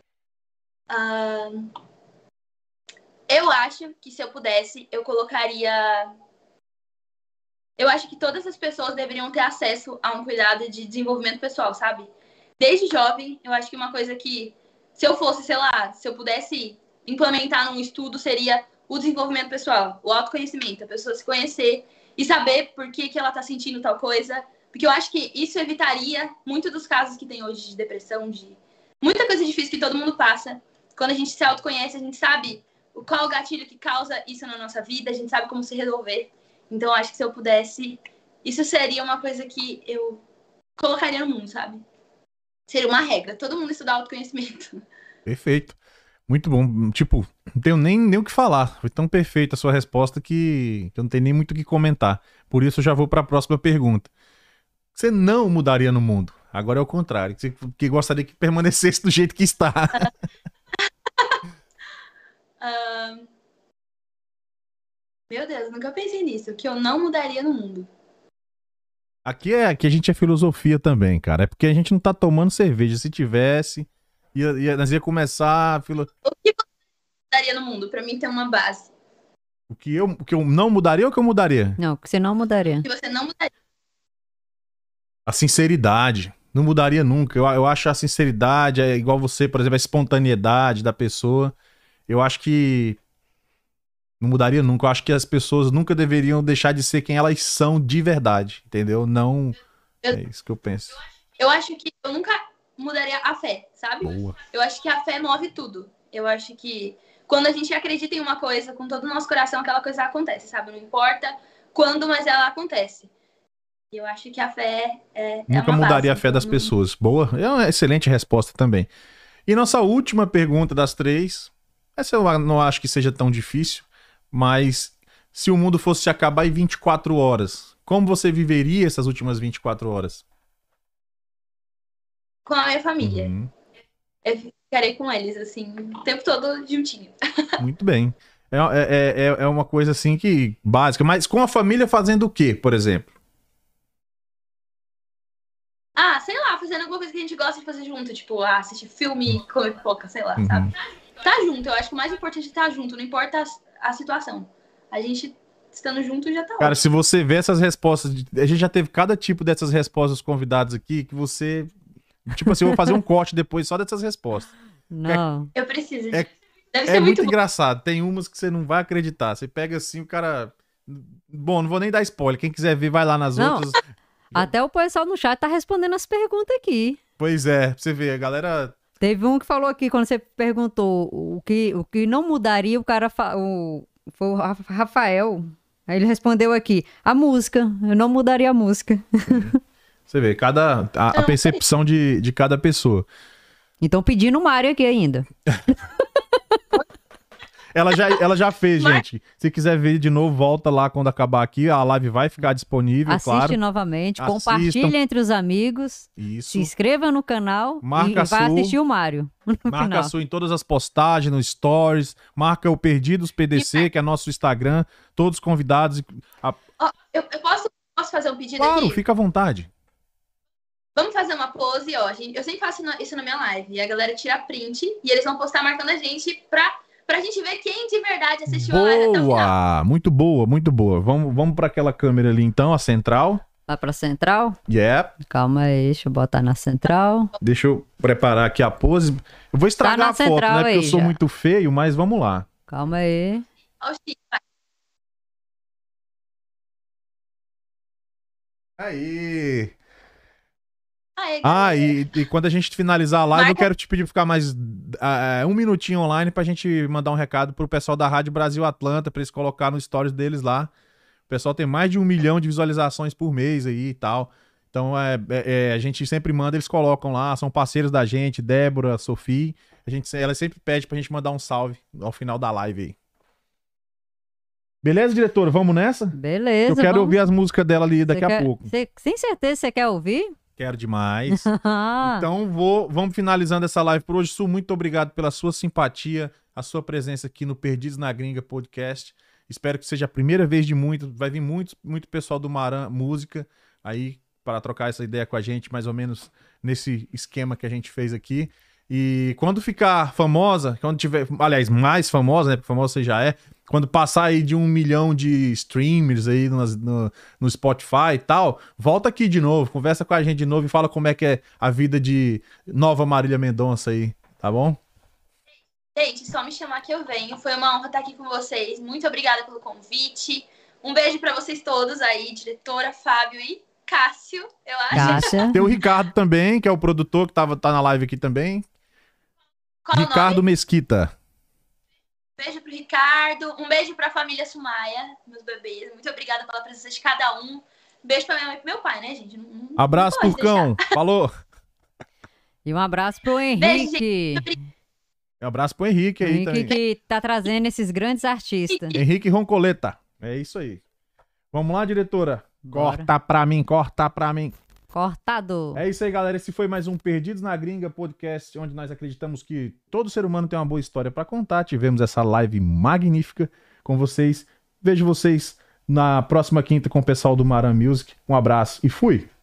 Ahn, Eu acho que se eu pudesse, eu colocaria. Eu acho que todas as pessoas deveriam ter acesso a um cuidado de desenvolvimento pessoal, sabe? Desde jovem, eu acho que uma coisa que se eu fosse, sei lá, se eu pudesse implementar num estudo, seria o desenvolvimento pessoal, o autoconhecimento, a pessoa se conhecer e saber por que, que ela tá sentindo tal coisa. Porque eu acho que isso evitaria muito dos casos que tem hoje de depressão, de muita coisa difícil que todo mundo passa. Quando a gente se autoconhece, a gente sabe qual o gatilho que causa isso na nossa vida, a gente sabe como se resolver. Então, eu acho que se eu pudesse, isso seria uma coisa que eu colocaria no mundo, sabe? Seria uma regra. Todo mundo estudar autoconhecimento. Perfeito. Muito bom. Tipo, não tenho nem, nem o que falar. Foi tão perfeita a sua resposta que, que eu não tenho nem muito o que comentar. Por isso, eu já vou para a próxima pergunta. Você não mudaria no mundo? Agora é o contrário. Você que gostaria que permanecesse do jeito que está. uh... Meu Deus, nunca pensei nisso. O que eu não mudaria no mundo. Aqui, é, aqui a gente é filosofia também, cara. É porque a gente não tá tomando cerveja. Se tivesse, ia, ia, nós ia começar a filo... O que você mudaria no mundo? Pra mim tem uma base. O que, eu, o que eu não mudaria ou o que eu mudaria? Não, o que você não mudaria. O que você não mudaria. A sinceridade. Não mudaria nunca. Eu, eu acho a sinceridade, é igual você, por exemplo, a espontaneidade da pessoa. Eu acho que não mudaria nunca. Eu acho que as pessoas nunca deveriam deixar de ser quem elas são de verdade, entendeu? Não... Eu, é isso que eu penso. Eu acho que eu nunca mudaria a fé, sabe? Boa. Eu acho que a fé move tudo. Eu acho que quando a gente acredita em uma coisa com todo o nosso coração, aquela coisa acontece, sabe? Não importa quando, mas ela acontece. Eu acho que a fé é, Nunca é uma mudaria base. a fé das pessoas. Boa. É uma excelente resposta também. E nossa última pergunta das três. Essa eu não acho que seja tão difícil. Mas se o mundo fosse acabar em vinte e quatro horas, como você viveria essas últimas vinte e quatro horas? Com a minha família. Uhum. Eu ficarei com eles, assim, o tempo todo juntinho. Muito bem. É, é, é, é uma coisa assim que básica. Mas com a família fazendo o quê, por exemplo? Ah, sei lá, fazendo alguma coisa que a gente gosta de fazer junto. Tipo, ah, assistir filme, comer pipoca, sei lá, Uhum. sabe? Tá junto, eu acho que o mais importante é estar junto, não importa a, a situação. A gente estando junto já tá Cara, ótimo. se você vê essas respostas... de- A gente já teve cada tipo dessas respostas dos convidados aqui que você... Tipo assim, eu vou fazer um corte depois só dessas respostas. Não. Eu preciso. É- Deve É ser muito muito bom. engraçado. Tem umas que você não vai acreditar. Você pega assim, o cara... Bom, não vou nem dar spoiler. Quem quiser ver, vai lá nas Não. outras. Até o pessoal no chat tá respondendo as perguntas aqui. Pois é, pra você ver, a galera... Teve um que falou aqui, quando você perguntou o que, o que não mudaria, o cara... fa- O, foi o Ra- Rafael. Aí ele respondeu aqui, a música. Eu não mudaria a música. Você vê, cada, a, a percepção de, de cada pessoa. Então pedindo o Mário aqui ainda. Ela já, ela já fez, Mas- gente. Se quiser ver de novo, volta lá quando acabar aqui. A live vai ficar disponível, Assiste claro. novamente, Assistam. compartilha entre os amigos, Isso. se inscreva no canal Marca e vai a sua. assistir o Mário no Marca final. a sua em todas as postagens, nos stories. Marca o Perdidos P D C, que é nosso Instagram. Todos convidados. A- Ó, eu, eu posso, posso fazer um pedido Claro, aqui? fica à vontade. Vamos fazer uma pose, ó. gente- Eu sempre faço na- isso na minha live. E a galera tira print e eles vão postar marcando a gente pra, pra gente ver quem de verdade assistiu a live até o final. Boa! Muito boa, muito boa. Vamos, vamos para aquela câmera ali então, a central. Vai pra central? Yeah. Calma aí, deixa eu botar na central. Deixa eu preparar aqui a pose. Eu vou estragar Tá na a foto, central né? Porque eu aí sou já. muito feio, mas vamos lá. Calma aí. Ó, o Chico, vai. Aí. Aê, Ah, galera. e, e quando a gente finalizar a live, eu Marca- quero te pedir pra ficar mais ah, um minutinho online pra gente mandar um recado pro pessoal da Rádio Brasil Atlanta, pra eles colocar no stories deles lá. O pessoal tem mais de um milhão de visualizações por mês aí e tal. Então, é, é- é, a gente sempre manda, eles colocam lá, são parceiros da gente, Débora, Sofia. A gente, ela sempre pede pra gente mandar um salve ao final da live aí. Beleza, diretora? Vamos nessa? Beleza. eu quero vamos- ouvir as músicas dela ali daqui Você a quer- pouco. você- sem certeza você quer ouvir? Quero demais. Ah, Então, vou, vamos finalizando essa live por hoje. Su, muito obrigado pela sua simpatia, a sua presença aqui no Perdidos na Gringa podcast. Espero que seja a primeira vez de muito. Vai vir muito, muito pessoal do Maran Música aí para trocar essa ideia com a gente, mais ou menos nesse esquema que a gente fez aqui. E quando ficar famosa, quando tiver, aliás, mais famosa, né? Porque famosa você já é. Quando passar aí de um milhão de streamers aí no, no, no Spotify e tal, volta aqui de novo, conversa com a gente de novo e fala como é que é a vida de nova Marília Mendonça aí. tá bom? Gente, só me chamar que eu venho. Foi uma honra estar aqui com vocês. Muito obrigada pelo convite. Um beijo pra vocês todos aí, diretora, Fábio e Cássio, eu acho. Caixa. Tem o Ricardo também, que é o produtor que tava, tá na live aqui também. Qual é o Ricardo nome? Mesquita. Beijo pro Ricardo. Um beijo pra família Sumaia, meus bebês. Muito obrigada pela presença de cada um. Beijo pra minha mãe e pro meu pai, né, gente? Não, não, Abraço, não pode Turcão. Falou. E um abraço pro Beijo, Henrique. Um abraço pro Henrique O aí Henrique também. que tá trazendo esses grandes artistas. Henrique Roncoleta. É isso aí. Vamos lá, diretora. Bora. Corta pra mim, corta pra mim. Cortado. É isso aí, galera. Esse foi mais um Perdidos na Gringa podcast, onde nós acreditamos que todo ser humano tem uma boa história pra contar. Tivemos essa live magnífica com vocês. Vejo vocês na próxima quinta com o pessoal do Maran Music. Um abraço e fui!